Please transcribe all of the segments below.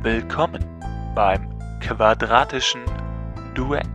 Willkommen beim quadratischen Duett.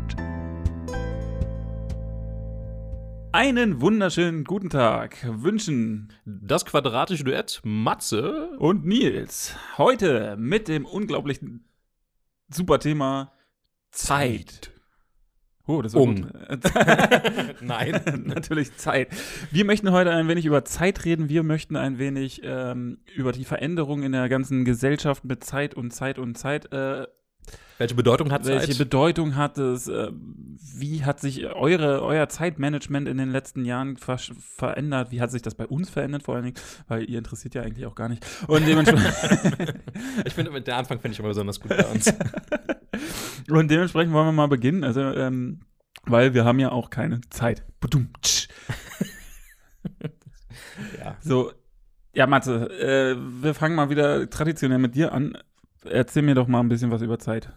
Einen wunderschönen guten Tag wünschen das quadratische Duett Matze und Nils. Heute mit dem unglaublichen super Thema Zeit. Oh, das war gut. Nein. Natürlich Zeit. Wir möchten heute ein wenig über Zeit reden. Wir möchten ein wenig über die Veränderung in der ganzen Gesellschaft mit Zeit. Welche Bedeutung hat Zeit? Welche Bedeutung hat es? Wie hat sich euer Zeitmanagement in den letzten Jahren verändert? Wie hat sich das bei uns verändert vor allen Dingen? Weil ihr interessiert ja eigentlich auch gar nicht. Und dementsprechend Ich finde, der Anfang finde ich immer besonders gut bei uns. Und dementsprechend wollen wir mal beginnen. Also, weil wir haben ja auch keine Zeit. Ja. So, ja, Matze, wir fangen mal wieder traditionell mit dir an. Erzähl mir doch mal ein bisschen was über Zeit.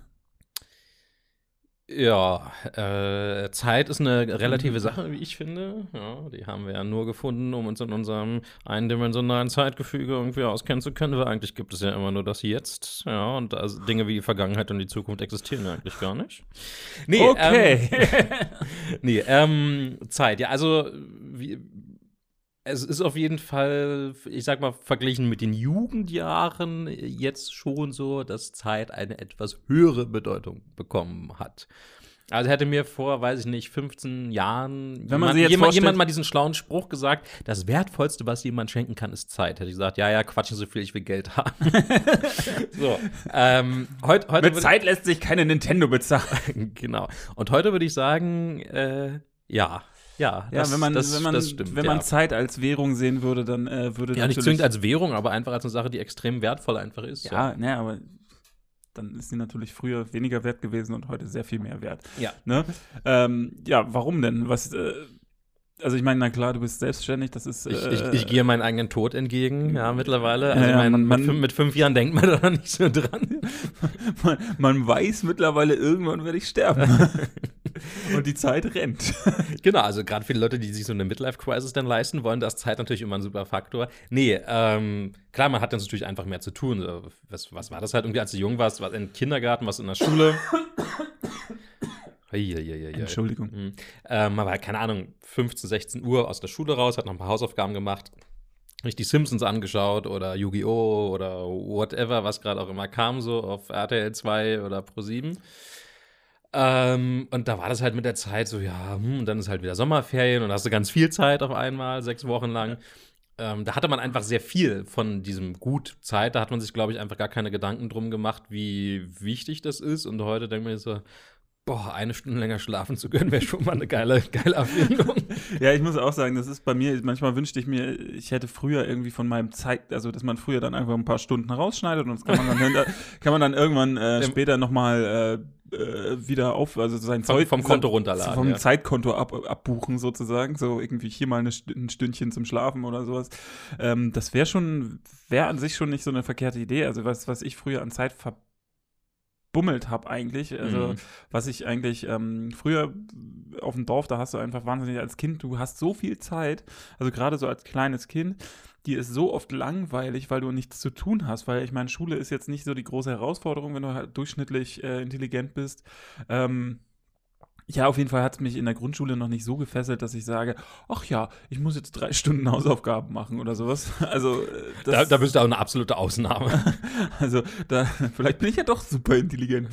Ja, Zeit ist eine relative Sache, wie ich finde. Ja, die haben wir ja nur gefunden, um uns in unserem eindimensionalen Zeitgefüge irgendwie auskennen zu können, weil eigentlich gibt es ja immer nur das Jetzt. Ja, und also Dinge wie die Vergangenheit und die Zukunft existieren ja eigentlich gar nicht. Nee, Okay. Zeit, ja, also es ist auf jeden Fall, ich sag mal, verglichen mit den Jugendjahren jetzt schon so, dass Zeit eine etwas höhere Bedeutung bekommen hat. Also hätte mir vor, weiß ich nicht, 15 Jahren jemand mal diesen schlauen Spruch gesagt, das Wertvollste, was jemand schenken kann, ist Zeit. Hätte ich gesagt, ja, quatschen so viel, ich will Geld haben. So, heute mit Zeit lässt sich keine Nintendo bezahlen. Genau. Und heute würde ich sagen, ja. Ja, das stimmt. Wenn man Zeit als Währung sehen würde, dann würde ja, nicht zwingend als Währung, aber einfach als eine Sache, die extrem wertvoll einfach ist. Ja, ne, aber dann ist sie natürlich früher weniger wert gewesen und heute sehr viel mehr wert. Ja. Ne? Ja, warum denn? Also ich meine, na klar, du bist selbstständig, das ist Ich gehe meinen eigenen Tod entgegen, ja, mittlerweile. Also ja, mit 5 Jahren denkt man da nicht so dran. man weiß mittlerweile, irgendwann werde ich sterben. Und die Zeit rennt. Genau, also gerade viele Leute, die sich so eine Midlife-Crisis dann leisten wollen, da ist Zeit natürlich immer ein super Faktor. Nee, klar, man hat dann natürlich einfach mehr zu tun. Was war das halt irgendwie, als du jung warst? Was im Kindergarten, was in der Schule? Entschuldigung. Man war, keine Ahnung, 15, 16 Uhr aus der Schule raus, hat noch ein paar Hausaufgaben gemacht, sich die Simpsons angeschaut oder Yu-Gi-Oh! Oder whatever, was gerade auch immer kam, so auf RTL 2 oder Pro7. Und da war das halt mit der Zeit so, ja, und dann ist halt wieder Sommerferien und hast du ganz viel Zeit auf einmal, 6 Wochen lang. Da hatte man einfach sehr viel von diesem Gut Zeit. Da hat man sich, glaube ich, einfach gar keine Gedanken drum gemacht, wie wichtig das ist. Und heute denkt man so, boah, 1 Stunde länger schlafen zu können, wäre schon mal eine geile Erfindung. Ja, ich muss auch sagen, das ist bei mir, manchmal wünschte ich mir, ich hätte früher irgendwie von meinem also dass man früher dann einfach ein paar Stunden rausschneidet und das kann man dann irgendwann später nochmal wieder also sein Zeug vom Konto runterladen. Vom Zeitkonto abbuchen sozusagen, so irgendwie hier mal ein Stündchen zum Schlafen oder sowas. Das wäre an sich schon nicht so eine verkehrte Idee. Also was ich früher an Zeit verbummelt habe eigentlich, also was ich eigentlich früher auf dem Dorf, da hast du einfach wahnsinnig als Kind, du hast so viel Zeit, also gerade so als kleines Kind, die ist so oft langweilig, weil du nichts zu tun hast, weil ich meine, Schule ist jetzt nicht so die große Herausforderung, wenn du halt durchschnittlich intelligent bist. Ja, auf jeden Fall hat es mich in der Grundschule noch nicht so gefesselt, dass ich sage, ach ja, ich muss jetzt 3 Stunden Hausaufgaben machen oder sowas. Also da bist du auch eine absolute Ausnahme. Also vielleicht bin ich ja doch super intelligent.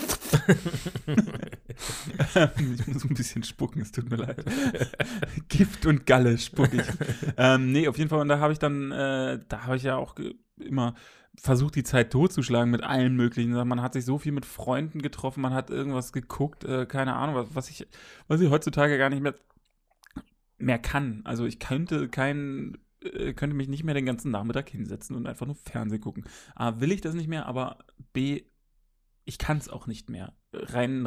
Ich muss ein bisschen spucken, es tut mir leid. Gift und Galle spuck ich. Nee, auf jeden Fall, und da habe ich ja auch immer versucht, die Zeit totzuschlagen mit allen möglichen Sachen. Man hat sich so viel mit Freunden getroffen, man hat irgendwas geguckt, keine Ahnung, was ich heutzutage gar nicht mehr kann. Also ich könnte mich nicht mehr den ganzen Nachmittag hinsetzen und einfach nur Fernsehen gucken. A, will ich das nicht mehr, aber B, ich kann es auch nicht mehr. Rein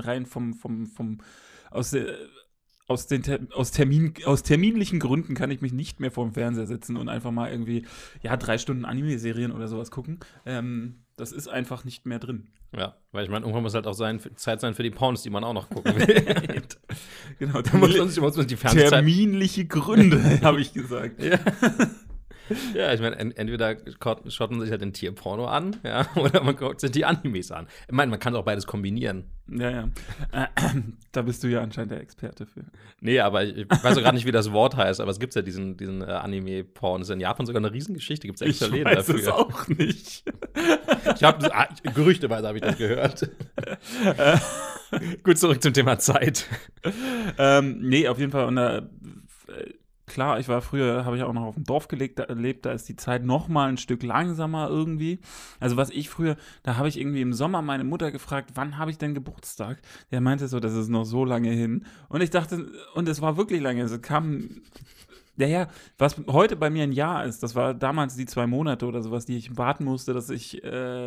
aus terminlichen Gründen kann ich mich nicht mehr vor dem Fernseher sitzen und einfach mal irgendwie, 3 Stunden Anime-Serien oder sowas gucken. Das ist einfach nicht mehr drin. Ja, weil ich meine, irgendwann muss halt auch Zeit sein für die Pornos, die man auch noch gucken will. Genau, da muss man die Fernsehzeit. Terminliche Gründe, habe ich gesagt. Ja. Ja, ich meine, entweder schaut man sich halt den Tierporno an, ja, oder man guckt sich die Animes an. Ich meine, man kann auch beides kombinieren. Ja. Da bist du ja anscheinend der Experte für. Nee, aber ich weiß auch gar nicht, wie das Wort heißt, aber es gibt ja diesen Anime-Porn. Das ist in Japan sogar eine Riesengeschichte, gibt es extra Läden dafür. Ich weiß es auch nicht. Gerüchteweise habe ich das gehört. Gut, zurück zum Thema Zeit. Nee, auf jeden Fall. Und klar, habe ich auch noch auf dem Dorf gelebt, da ist die Zeit noch mal ein Stück langsamer irgendwie. Also da habe ich irgendwie im Sommer meine Mutter gefragt, wann habe ich denn Geburtstag? Der meinte so, das ist noch so lange hin. Und ich dachte, und es war wirklich lange, es kam, was heute bei mir ein Jahr ist, das war damals die 2 Monate oder sowas, die ich warten musste, dass ich,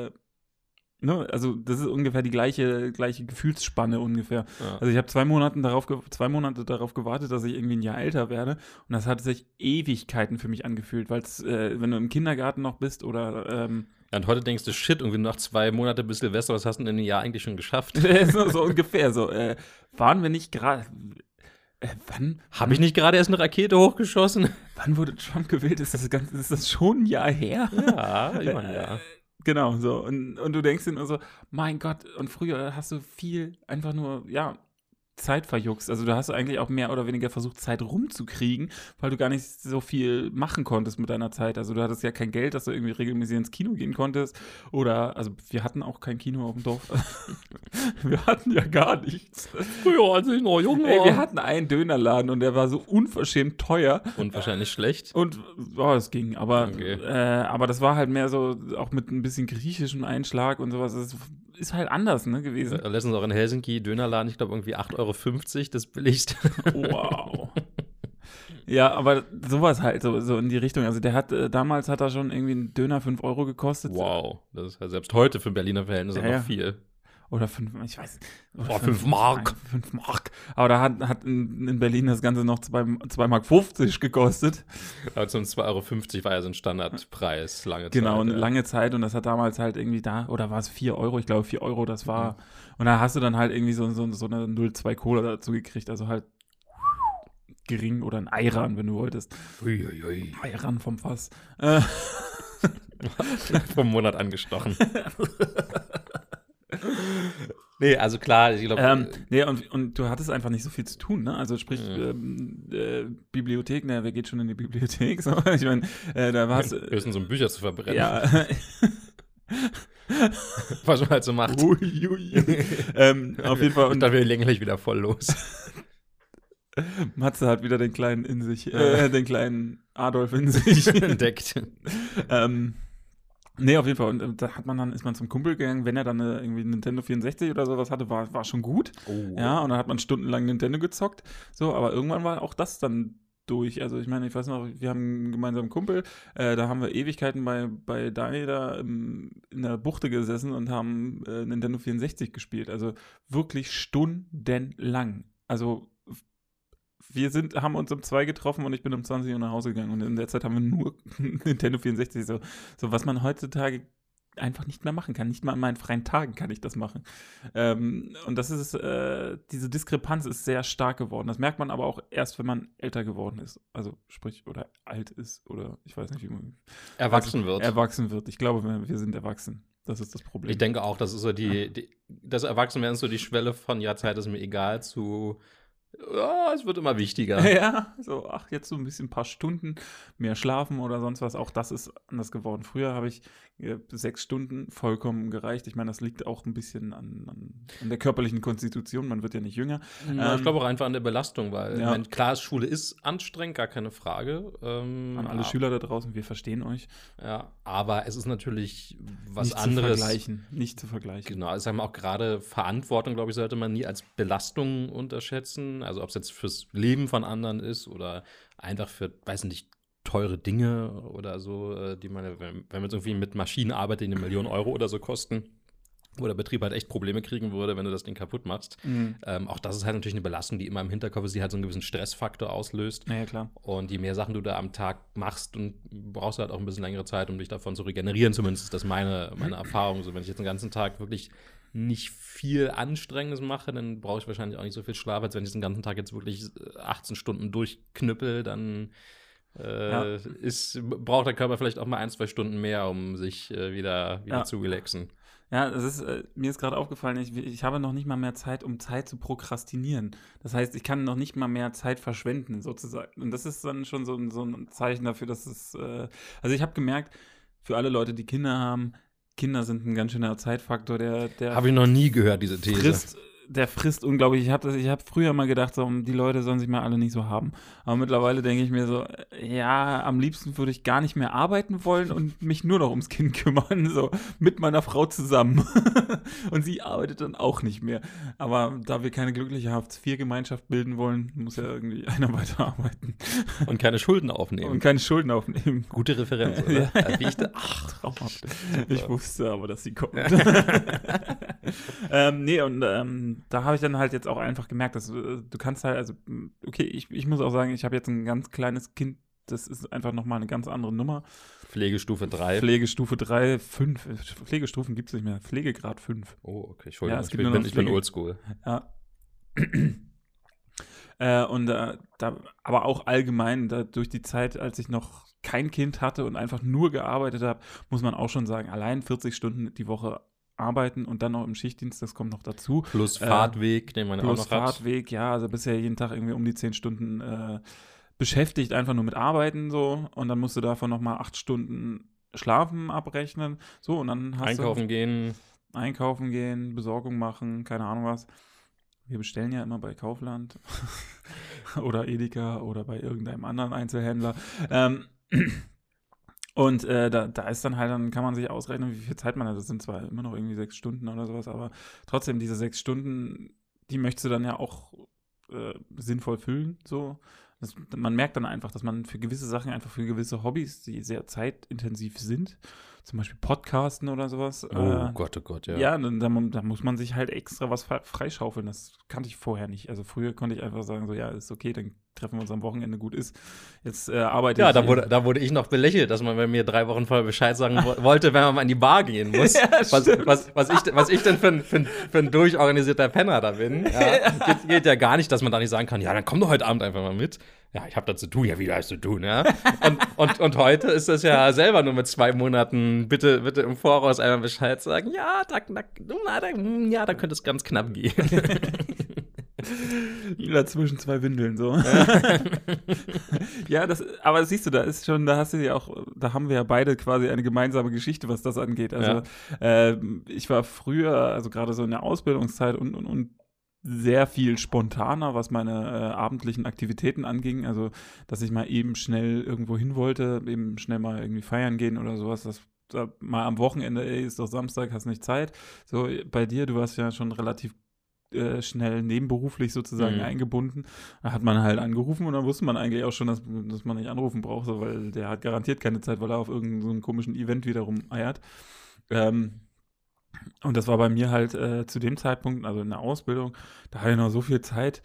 also das ist ungefähr die gleiche Gefühlspanne ungefähr. Ja. Also ich habe 2 Monate darauf gewartet, dass ich irgendwie ein Jahr älter werde. Und das hat sich Ewigkeiten für mich angefühlt, weil wenn du im Kindergarten noch bist oder Und heute denkst du, shit, irgendwie noch 2 Monate bis Silvester, was hast du denn in einem Jahr eigentlich schon geschafft? so ungefähr so. Waren wir nicht gerade. Wann? Habe ich nicht gerade erst eine Rakete hochgeschossen? Wann wurde Trump gewählt? Ist das schon ein Jahr her? Ja, ich meine, ja. Genau, so. Und du denkst dir nur so, mein Gott, und früher hast du viel einfach nur, Zeit verjuckst. Also du hast eigentlich auch mehr oder weniger versucht, Zeit rumzukriegen, weil du gar nicht so viel machen konntest mit deiner Zeit. Also du hattest ja kein Geld, dass du irgendwie regelmäßig ins Kino gehen konntest. Also wir hatten auch kein Kino auf dem Dorf. Wir hatten ja gar nichts. Früher, als ich noch jung war. Ey, wir hatten einen Dönerladen und der war so unverschämt teuer. Und wahrscheinlich schlecht. Und, es ging, aber das war halt mehr so, auch mit ein bisschen griechischem Einschlag und sowas. Es ist halt anders, ne, gewesen. Letztens auch in Helsinki, Dönerladen, ich glaube irgendwie 8,50 €, das billigste. Wow. Ja, aber sowas halt, so in die Richtung. Also damals hat er schon irgendwie einen Döner 5 € gekostet. Wow, das ist ja selbst heute für Berliner Verhältnisse noch viel. Oder 5, ich weiß. 5 Mark. 5 Mark. Aber da hat in Berlin das Ganze noch 2,50 Mark gekostet. Aber zum 2,50 € war ja so ein Standardpreis, lange Zeit. Genau, eine lange Zeit. Und das hat damals halt irgendwie oder war es 4 €? Ich glaube 4 €, das war. Mhm. Und da hast du dann halt irgendwie so eine 0,2 Cola dazu gekriegt. Also halt gering oder ein Ayran, wenn du wolltest. Uiuiui. Ayran vom Fass. Vom Monat angestochen. Nee, also klar, ich glaube. Und du hattest einfach nicht so viel zu tun, ne? Also sprich, Bibliothek, wer geht schon in die Bibliothek? So, ich meine, da warst du. Höchstens so Bücher zu verbrennen. Ja. Was man halt so macht. Auf jeden Fall. Und dann wäre länglich wieder voll los. Matze hat wieder den Kleinen in sich, den kleinen Adolf in sich entdeckt. Nee, auf jeden Fall. Und da ist man zum Kumpel gegangen, wenn er dann irgendwie Nintendo 64 oder sowas hatte, war schon gut. Oh. Ja, und dann hat man stundenlang Nintendo gezockt. So, aber irgendwann war auch das dann durch. Also ich meine, ich weiß noch, wir haben einen gemeinsamen Kumpel, da haben wir Ewigkeiten bei Dani da in der Buchte gesessen und haben Nintendo 64 gespielt. Also wirklich stundenlang. Also haben uns um 2 getroffen und ich bin um 20 Uhr nach Hause gegangen. Und in der Zeit haben wir nur Nintendo 64. So was man heutzutage einfach nicht mehr machen kann. Nicht mal an meinen freien Tagen kann ich das machen. Und das ist, diese Diskrepanz ist sehr stark geworden. Das merkt man aber auch erst, wenn man älter geworden ist. Also sprich, oder alt ist oder ich weiß nicht, wie man erwachsen wird. Erwachsen wird. Ich glaube, wir sind erwachsen. Das ist das Problem. Ich denke auch, das ist so das Erwachsenwerden ist so die Schwelle von Zeit ist mir egal zu es wird immer wichtiger. Ja, so, jetzt so ein paar Stunden mehr schlafen oder sonst was. Auch das ist anders geworden. Früher habe ich 6 Stunden vollkommen gereicht. Ich meine, das liegt auch ein bisschen an der körperlichen Konstitution. Man wird ja nicht jünger. Ich glaube auch einfach an der Belastung, weil klar, Schule ist anstrengend, gar keine Frage. An alle Schüler da draußen, wir verstehen euch. Ja, aber es ist natürlich was nicht anderes. Nicht zu vergleichen. Genau, ich sage mal auch gerade Verantwortung, glaube ich, sollte man nie als Belastung unterschätzen. Also ob es jetzt fürs Leben von anderen ist oder einfach für, weiß nicht, teure Dinge oder so, die man, wenn man jetzt irgendwie mit Maschinen arbeitet, die 1 Million € oder so kosten, wo der Betrieb halt echt Probleme kriegen würde, wenn du das Ding kaputt machst. Mhm. Auch das ist halt natürlich eine Belastung, die immer im Hinterkopf ist, die halt so einen gewissen Stressfaktor auslöst. Ja, klar. Und je mehr Sachen du da am Tag machst, und brauchst du halt auch ein bisschen längere Zeit, um dich davon zu regenerieren. Zumindest ist das meine Erfahrung. So, wenn ich jetzt den ganzen Tag wirklich nicht viel Anstrengendes mache, dann brauche ich wahrscheinlich auch nicht so viel Schlaf, als wenn ich den ganzen Tag jetzt wirklich 18 Stunden durchknüppel, dann braucht der Körper vielleicht auch mal 1-2 Stunden mehr, um sich wieder zu relaxen. Ja, mir ist gerade aufgefallen, ich habe noch nicht mal mehr Zeit, um Zeit zu prokrastinieren. Das heißt, ich kann noch nicht mal mehr Zeit verschwenden, sozusagen. Und das ist dann schon so ein Zeichen dafür, dass also ich habe gemerkt, für alle Leute, die Kinder haben, Kinder sind ein ganz schöner Zeitfaktor, der Habe ich noch nie gehört, diese These. Der frisst unglaublich. Ich hab früher mal gedacht, so, die Leute sollen sich mal alle nicht so haben. Aber mittlerweile denke ich mir so, ja, am liebsten würde ich gar nicht mehr arbeiten wollen und mich nur noch ums Kind kümmern, so mit meiner Frau zusammen. Und sie arbeitet dann auch nicht mehr. Aber da wir keine glückliche Hartz-IV-Gemeinschaft bilden wollen, muss ja irgendwie einer weiterarbeiten. Und keine Schulden aufnehmen. Gute Referenz, oder? Ja. Traumhaft. Ich wusste aber, dass sie kommt. Da habe ich dann halt jetzt auch einfach gemerkt, dass du kannst halt, also, okay, ich muss auch sagen, ich habe jetzt ein ganz kleines Kind, das ist einfach nochmal eine ganz andere Nummer. Pflegestufe 3. Pflegestufe 3, 5. Pflegestufen gibt es nicht mehr. Pflegegrad 5. Oh, okay, Entschuldigung. Ja, ich bin oldschool. Ja. Aber auch allgemein, durch die Zeit, als ich noch kein Kind hatte und einfach nur gearbeitet habe, muss man auch schon sagen, allein 40 Stunden die Woche arbeiten und dann noch im Schichtdienst, das kommt noch dazu. Plus Fahrtweg, den man auch noch hat. Plus Fahrtweg, ja, also bisher jeden Tag irgendwie um die 10 Stunden beschäftigt, einfach nur mit Arbeiten so, und dann musst du davon nochmal 8 Stunden Schlafen abrechnen, so, und dann hast Einkaufen gehen, Besorgung machen, keine Ahnung was. Wir bestellen ja immer bei Kaufland oder Edeka oder bei irgendeinem anderen Einzelhändler. Und da ist dann halt, dann kann man sich ausrechnen, wie viel Zeit man hat. Das sind zwar immer noch irgendwie 6 Stunden oder sowas, aber trotzdem, diese 6 Stunden, die möchtest du dann ja auch sinnvoll füllen. So. Man merkt dann einfach, dass man für gewisse Sachen, einfach für gewisse Hobbys, die sehr zeitintensiv sind, zum Beispiel Podcasten oder sowas. Oh Gott, ja. Ja, da muss man sich halt extra was freischaufeln. Das kannte ich vorher nicht. Also früher konnte ich einfach sagen, so, ja, ist okay, dann treffen wir uns am Wochenende, gut ist. Jetzt arbeite ich. Ja, da wurde ich noch belächelt, dass man bei mir 3 Wochen vorher Bescheid sagen wollte, wenn man mal in die Bar gehen muss. Ja, was ich denn für ein durchorganisierter Penner da bin. Ja, geht ja gar nicht, dass man da nicht sagen kann, ja, dann komm doch heute Abend einfach mal mit. Ja, ich habe da zu tun. Ja, wie hast du zu tun, ja? Und heute ist das ja selber nur mit 2 Monaten bitte im Voraus einmal Bescheid sagen. Ja, da könnte es ganz knapp gehen. Lila zwischen 2 Windeln, so. Ja, aber siehst du, da hast du ja auch, da haben wir ja beide quasi eine gemeinsame Geschichte, was das angeht. Also, ich war früher, also gerade so in der Ausbildungszeit und sehr viel spontaner, was meine abendlichen Aktivitäten anging. Also, dass ich mal eben schnell irgendwo hin wollte, eben schnell mal irgendwie feiern gehen oder sowas. Mal am Wochenende, ist doch Samstag, hast nicht Zeit. So, bei dir, du warst ja schon relativ schnell nebenberuflich sozusagen eingebunden. Da hat man halt angerufen und dann wusste man eigentlich auch schon, dass man nicht anrufen braucht, so, weil der hat garantiert keine Zeit, weil er auf irgendeinem so komischen Event wieder rumeiert. Und das war bei mir halt zu dem Zeitpunkt, also in der Ausbildung, da hatte ich noch so viel Zeit,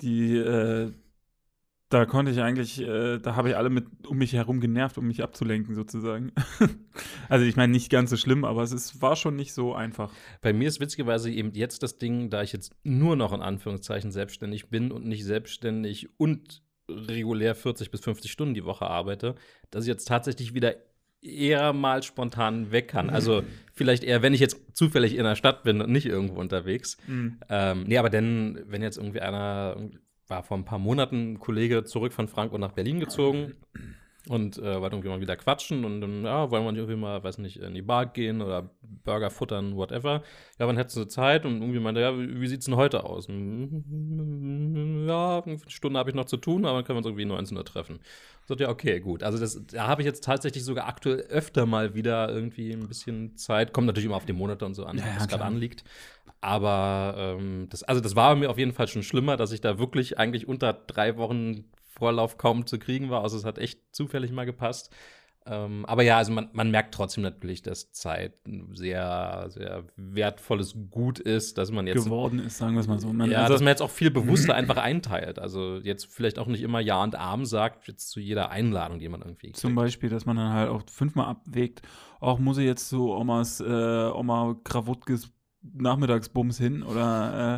da konnte ich eigentlich, da habe ich alle mit um mich herum genervt, um mich abzulenken sozusagen. Also ich meine, nicht ganz so schlimm, aber war schon nicht so einfach. Bei mir ist witzigerweise eben jetzt das Ding, da ich jetzt nur noch in Anführungszeichen selbstständig bin und nicht selbstständig und regulär 40 bis 50 Stunden die Woche arbeite, dass ich jetzt tatsächlich wieder eher mal spontan weg kann. Also vielleicht eher, wenn ich jetzt zufällig in der Stadt bin und nicht irgendwo unterwegs. Nee, aber denn, wenn jetzt irgendwie war vor ein paar Monaten ein Kollege zurück von Frankfurt nach Berlin gezogen und wollte irgendwie mal wieder quatschen und dann, ja, wollen wir nicht irgendwie mal, weiß nicht, in die Bar gehen oder Burger futtern, whatever. Ja, wann hättest du Zeit? Und irgendwie meinte, ja, wie sieht's denn heute aus? Ja, eine Stunde habe ich noch zu tun, aber dann können wir uns irgendwie 19 Uhr treffen. So, ja, okay, gut. Also da habe ich jetzt tatsächlich sogar aktuell öfter mal wieder irgendwie ein bisschen Zeit. Kommt natürlich immer auf die Monate und so an, was gerade anliegt. Aber das war bei mir auf jeden Fall schon schlimmer, dass ich da wirklich eigentlich unter 3 Wochen Vorlauf kaum zu kriegen war. Also es hat echt zufällig mal gepasst. Aber ja, also man merkt trotzdem natürlich, dass Zeit ein sehr, sehr wertvolles Gut ist, dass man jetzt geworden ist, sagen wir es mal so. Dass man jetzt auch viel bewusster einfach einteilt. Also jetzt vielleicht auch nicht immer Ja und Amen sagt, jetzt zu jeder Einladung, die man irgendwie kriegt. Zum Beispiel, dass man dann halt auch 5-mal abwägt, auch muss ich jetzt zu Oma Krawutkes Nachmittagsbums hin oder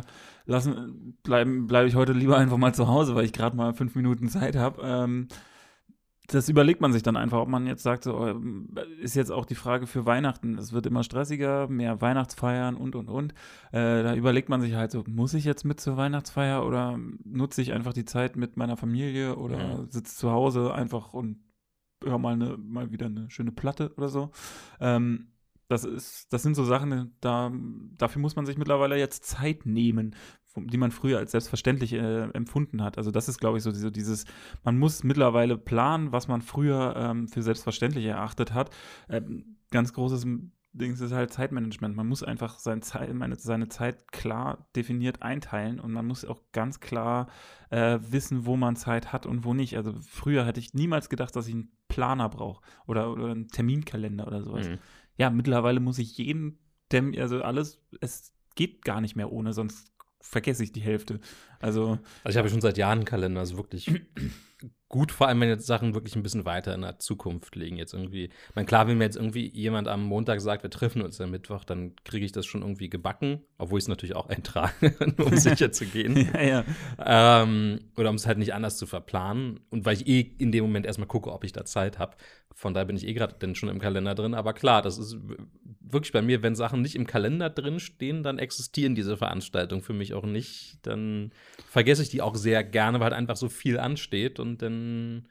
bleibe ich heute lieber einfach mal zu Hause, weil ich gerade mal 5 Minuten Zeit habe. das überlegt man sich dann einfach, ob man jetzt sagt, so, ist jetzt auch die Frage für Weihnachten. Es wird immer stressiger, mehr Weihnachtsfeiern und. Da überlegt man sich halt so, muss ich jetzt mit zur Weihnachtsfeier oder nutze ich einfach die Zeit mit meiner Familie oder sitze zu Hause einfach und höre mal wieder eine schöne Platte oder so. Das sind so Sachen, dafür muss man sich mittlerweile jetzt Zeit nehmen, die man früher als selbstverständlich empfunden hat. Also das ist, glaube ich, so dieses, man muss mittlerweile planen, was man früher für selbstverständlich erachtet hat. Ganz großes Ding ist halt Zeitmanagement. Man muss einfach seine Zeit klar definiert einteilen und man muss auch ganz klar wissen, wo man Zeit hat und wo nicht. Also früher hätte ich niemals gedacht, dass ich einen Planer brauche oder einen Terminkalender oder sowas. Ja, mittlerweile muss ich also alles, es geht gar nicht mehr ohne, sonst vergesse ich die Hälfte. Also ich habe schon seit Jahren einen Kalender, also wirklich gut, vor allem wenn jetzt Sachen wirklich ein bisschen weiter in der Zukunft liegen. Jetzt irgendwie, ich meine, klar, wenn mir jetzt irgendwie jemand am Montag sagt, wir treffen uns am Mittwoch, dann kriege ich das schon irgendwie gebacken, obwohl ich es natürlich auch eintrage, nur um sicher zu gehen. ja. Oder um es halt nicht anders zu verplanen. Und weil ich in dem Moment erstmal gucke, ob ich da Zeit habe. Von daher bin ich gerade dann schon im Kalender drin. Aber klar, das ist wirklich bei mir, wenn Sachen nicht im Kalender drin stehen, dann existieren diese Veranstaltungen für mich auch nicht. Dann vergesse ich die auch sehr gerne, weil halt einfach so viel ansteht. Und dann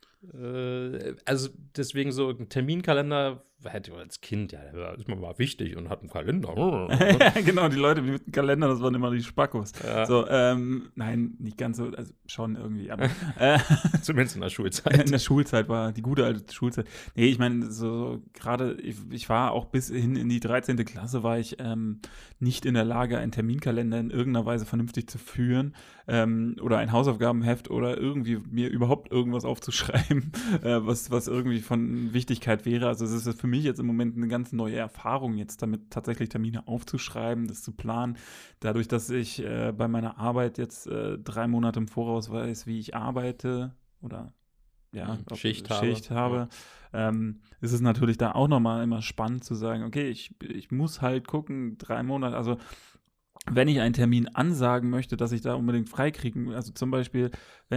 also deswegen so ein Terminkalender hätte ich als Kind, ja, das ist mir mal wichtig und hat einen Kalender. Ja, genau, die Leute mit dem Kalender, das waren immer die Spackos. Ja. So, nein, nicht ganz so, also schon irgendwie, aber Zumindest in der Schulzeit. in der Schulzeit war die gute alte Schulzeit. Nee, ich meine, so gerade, ich war auch bis hin in die 13. Klasse, war ich nicht in der Lage, einen Terminkalender in irgendeiner Weise vernünftig zu führen oder ein Hausaufgabenheft oder irgendwie mir überhaupt irgendwas aufzuschreiben, was irgendwie von Wichtigkeit wäre. Also es ist für mich jetzt im Moment eine ganz neue Erfahrung, jetzt damit tatsächlich Termine aufzuschreiben, das zu planen. Dadurch, dass ich bei meiner Arbeit jetzt 3 Monate im Voraus weiß, wie ich arbeite oder Schicht habe, ist es natürlich da auch nochmal immer spannend zu sagen, okay, ich muss halt gucken, 3 Monate, also wenn ich einen Termin ansagen möchte, dass ich da unbedingt freikriegen, also zum Beispiel,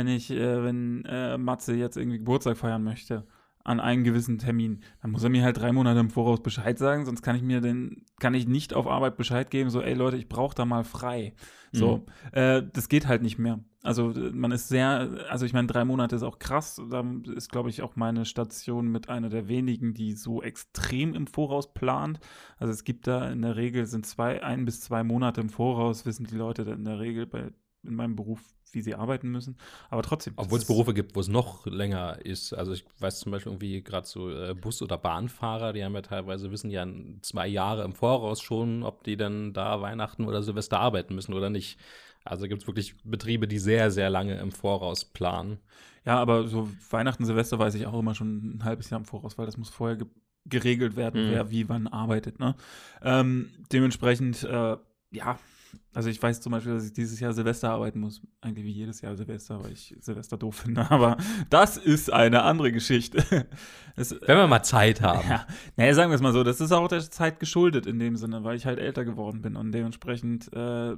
wenn Matze jetzt irgendwie Geburtstag feiern möchte, an einem gewissen Termin, dann muss er mir halt 3 Monate im Voraus Bescheid sagen, sonst kann ich nicht auf Arbeit Bescheid geben, so, ey Leute, ich brauche da mal frei. So, das geht halt nicht mehr. Also man ist also ich meine, 3 Monate ist auch krass, da ist, glaube ich, auch meine Station mit einer der wenigen, die so extrem im Voraus plant. Also es gibt da in der Regel, sind 1 bis 2 Monate im Voraus, wissen die Leute in der Regel in meinem Beruf, wie sie arbeiten müssen. Aber trotzdem. Obwohl es Berufe gibt, wo es noch länger ist. Also ich weiß zum Beispiel irgendwie gerade so Bus- oder Bahnfahrer, die haben ja teilweise, wissen ja 2 Jahre im Voraus schon, ob die dann da Weihnachten oder Silvester arbeiten müssen oder nicht. Also gibt es wirklich Betriebe, die sehr, sehr lange im Voraus planen. Ja, aber so Weihnachten, Silvester weiß ich auch immer schon ein halbes Jahr im Voraus, weil das muss vorher geregelt werden, wer wie wann arbeitet. Ne? Dementsprechend, ja, also ich weiß zum Beispiel, dass ich dieses Jahr Silvester arbeiten muss. Eigentlich wie jedes Jahr Silvester, weil ich Silvester doof finde. Aber das ist eine andere Geschichte. Wenn wir mal Zeit haben. Ja, naja, sagen wir es mal so, das ist auch der Zeit geschuldet in dem Sinne, weil ich halt älter geworden bin und dementsprechend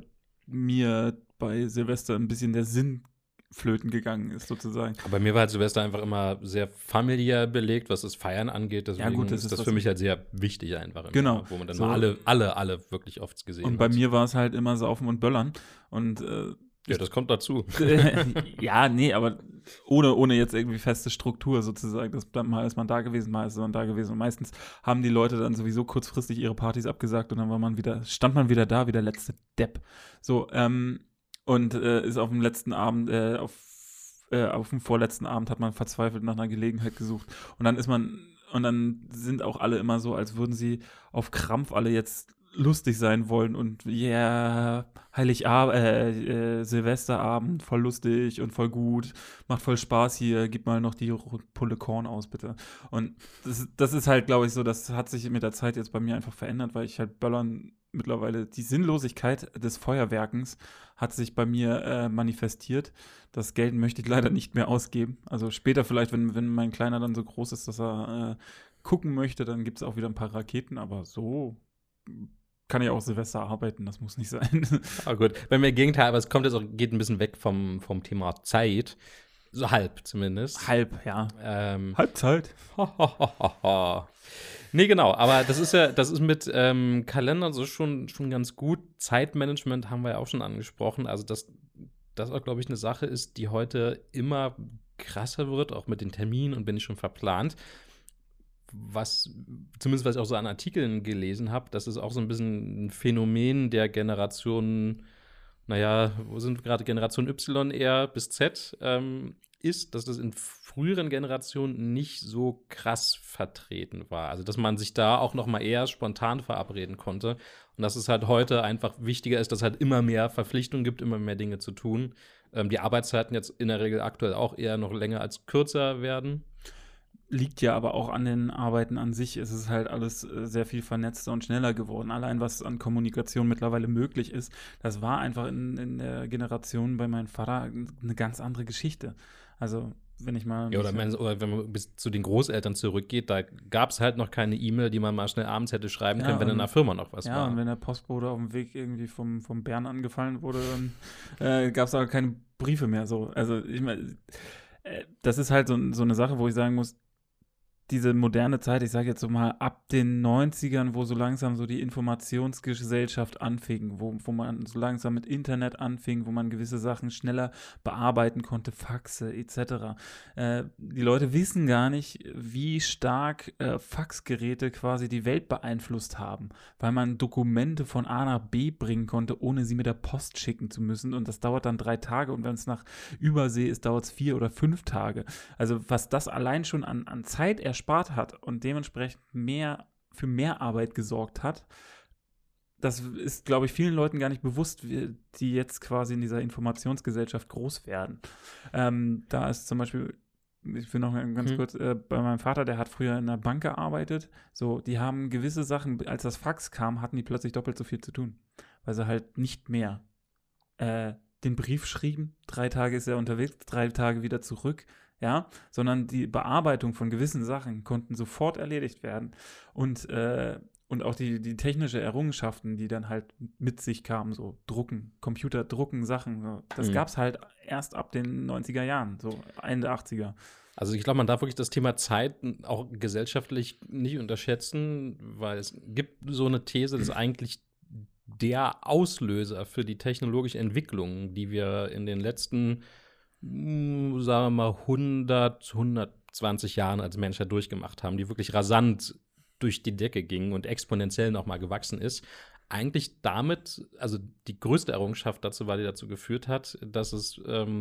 mir bei Silvester ein bisschen der Sinn flöten gegangen ist, sozusagen. Aber bei mir war halt Silvester einfach immer sehr familiär belegt, was das Feiern angeht. Deswegen ja, gut, das ist das für mich halt sehr wichtig einfach. Genau. Wo man dann so. mal alle wirklich oft gesehen hat. Und bei mir war es halt immer Saufen und Böllern. Und ja, das kommt dazu. Ja, nee, aber ohne jetzt irgendwie feste Struktur sozusagen. Mal ist man da gewesen, mal ist man da gewesen. Und meistens haben die Leute dann sowieso kurzfristig ihre Partys abgesagt und dann stand man wieder da wie der letzte Depp. So, und ist auf dem letzten Abend, auf dem vorletzten Abend hat man verzweifelt nach einer Gelegenheit gesucht. Und dann sind auch alle immer so, als würden sie auf Krampf alle jetzt lustig sein wollen und Silvesterabend, voll lustig und voll gut, macht voll Spaß hier, gib mal noch die Pulle Korn aus, bitte. Und das ist halt, glaube ich, so, das hat sich mit der Zeit jetzt bei mir einfach verändert, weil ich halt Böllern mittlerweile, die Sinnlosigkeit des Feuerwerkens hat sich bei mir manifestiert. Das Geld möchte ich leider nicht mehr ausgeben. Also später vielleicht, wenn mein Kleiner dann so groß ist, dass er gucken möchte, dann gibt es auch wieder ein paar Raketen, aber so kann ich auch Silvester arbeiten, das muss nicht sein. Ah, gut. Bei mir Gegenteil, aber es geht ein bisschen weg vom Thema Zeit. So halb zumindest. Halb, ja. Halbzeit. Nee, genau, aber das ist mit Kalendern so schon ganz gut. Zeitmanagement haben wir ja auch schon angesprochen. Also, das auch, glaube ich, eine Sache ist, die heute immer krasser wird, auch mit den Terminen und bin ich schon verplant. Zumindest was ich auch so an Artikeln gelesen habe, das ist auch so ein bisschen ein Phänomen der Generation, wo sind wir gerade, Generation Y eher bis Z, ist, dass das in früheren Generationen nicht so krass vertreten war. Also, dass man sich da auch noch mal eher spontan verabreden konnte. Und dass es halt heute einfach wichtiger ist, dass es halt immer mehr Verpflichtungen gibt, immer mehr Dinge zu tun. Die Arbeitszeiten jetzt in der Regel aktuell auch eher noch länger als kürzer werden. Liegt ja aber auch an den Arbeiten an sich. Es ist halt alles sehr viel vernetzter und schneller geworden. Allein was an Kommunikation mittlerweile möglich ist, das war einfach in der Generation bei meinem Vater eine ganz andere Geschichte. Also wenn ich mal… Ja, oder wenn man bis zu den Großeltern zurückgeht, da gab es halt noch keine E-Mail, die man mal schnell abends hätte schreiben können, wenn in einer Firma noch was war. Ja, und wenn der Postbote auf dem Weg irgendwie vom Bären angefallen wurde, dann gab es auch keine Briefe mehr. So. Also ich meine, das ist halt so eine Sache, wo ich sagen muss, diese moderne Zeit, ich sage jetzt so mal ab den 90ern, wo so langsam so die Informationsgesellschaft anfing, wo man so langsam mit Internet anfing, wo man gewisse Sachen schneller bearbeiten konnte, Faxe etc. Die Leute wissen gar nicht, wie stark Faxgeräte quasi die Welt beeinflusst haben, weil man Dokumente von A nach B bringen konnte, ohne sie mit der Post schicken zu müssen, und das dauert dann 3 Tage, und wenn es nach Übersee ist, dauert es 4 oder 5 Tage. Also was das allein schon an Zeit erspart hat und dementsprechend für mehr Arbeit gesorgt hat, das ist, glaube ich, vielen Leuten gar nicht bewusst, die jetzt quasi in dieser Informationsgesellschaft groß werden. Da ist zum Beispiel, ich will noch ganz kurz, bei meinem Vater, der hat früher in der Bank gearbeitet, so, die haben gewisse Sachen, als das Fax kam, hatten die plötzlich doppelt so viel zu tun, weil sie halt nicht mehr den Brief schrieben, 3 Tage ist er unterwegs, 3 Tage wieder zurück, ja, sondern die Bearbeitung von gewissen Sachen konnten sofort erledigt werden, und auch die technische Errungenschaften, die dann halt mit sich kamen, so Drucken, Computer drucken Sachen, so. Das gab es halt erst ab den 90er Jahren, so Ende 80er. Also ich glaube, man darf wirklich das Thema Zeit auch gesellschaftlich nicht unterschätzen, weil es gibt so eine These, dass eigentlich der Auslöser für die technologische Entwicklung, die wir in den letzten, sagen wir mal, 120 Jahren als Menschheit durchgemacht haben, die wirklich rasant durch die Decke gingen und exponentiell noch mal gewachsen ist, eigentlich damit, also die größte Errungenschaft dazu war, die dazu geführt hat, dass es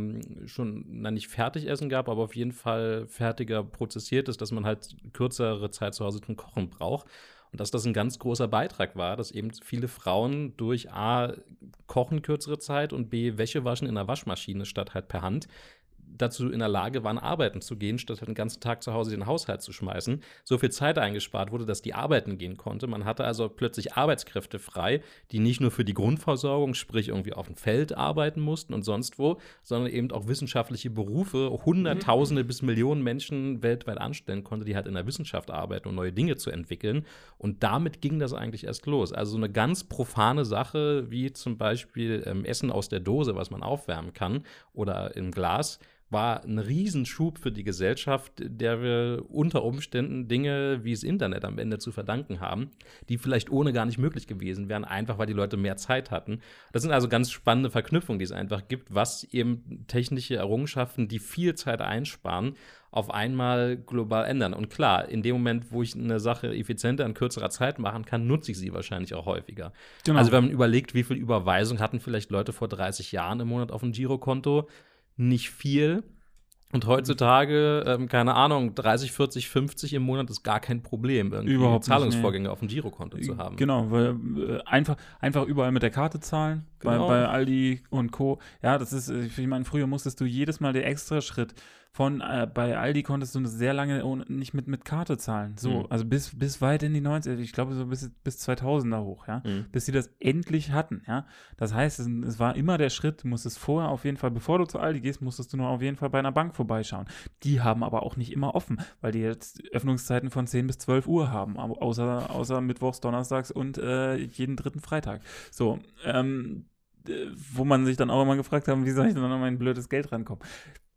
schon nicht Fertigessen gab, aber auf jeden Fall fertiger prozessiert ist, dass man halt kürzere Zeit zu Hause zum Kochen braucht. Und dass das ein ganz großer Beitrag war, dass eben viele Frauen durch A, kochen kürzere Zeit und B, Wäsche waschen in der Waschmaschine statt halt per Hand, dazu in der Lage waren, arbeiten zu gehen, statt halt den ganzen Tag zu Hause den Haushalt zu schmeißen. So viel Zeit eingespart wurde, dass die arbeiten gehen konnte. Man hatte also plötzlich Arbeitskräfte frei, die nicht nur für die Grundversorgung, sprich irgendwie auf dem Feld arbeiten mussten und sonst wo, sondern eben auch wissenschaftliche Berufe, Hunderttausende bis Millionen Menschen weltweit anstellen konnte, die halt in der Wissenschaft arbeiten, um neue Dinge zu entwickeln. Und damit ging das eigentlich erst los. Also so eine ganz profane Sache, wie zum Beispiel Essen aus der Dose, was man aufwärmen kann, oder im Glas, war ein Riesenschub für die Gesellschaft, der wir unter Umständen Dinge wie das Internet am Ende zu verdanken haben, die vielleicht ohne gar nicht möglich gewesen wären, einfach weil die Leute mehr Zeit hatten. Das sind also ganz spannende Verknüpfungen, die es einfach gibt, was eben technische Errungenschaften, die viel Zeit einsparen, auf einmal global ändern. Und klar, in dem Moment, wo ich eine Sache effizienter in kürzerer Zeit machen kann, nutze ich sie wahrscheinlich auch häufiger. Genau. Also wenn man überlegt, wie viel Überweisung hatten vielleicht Leute vor 30 Jahren im Monat auf dem Girokonto, nicht viel. Und heutzutage, keine Ahnung, 30, 40, 50 im Monat ist gar kein Problem, irgendwie überhaupt Zahlungsvorgänge nicht, auf dem Girokonto zu haben. Genau, weil einfach überall mit der Karte zahlen, genau. bei Aldi und Co. Ja, das ist, ich meine, früher musstest du jedes Mal den extra Schritt von, bei Aldi konntest du sehr lange nicht mit Karte zahlen. So, also bis weit in die 90er, ich glaube so bis 2000er hoch, ja, bis sie das endlich hatten, ja. Das heißt, es war immer der Schritt, du musstest vorher auf jeden Fall, bevor du zu Aldi gehst, musstest du nur auf jeden Fall bei einer Bank vorbeischauen. Die haben aber auch nicht immer offen, weil die jetzt Öffnungszeiten von 10 bis 12 Uhr haben, außer Mittwochs, Donnerstags und jeden 3. Freitag. So, wo man sich dann auch immer gefragt haben, wie soll ich denn an mein blödes Geld rankommen?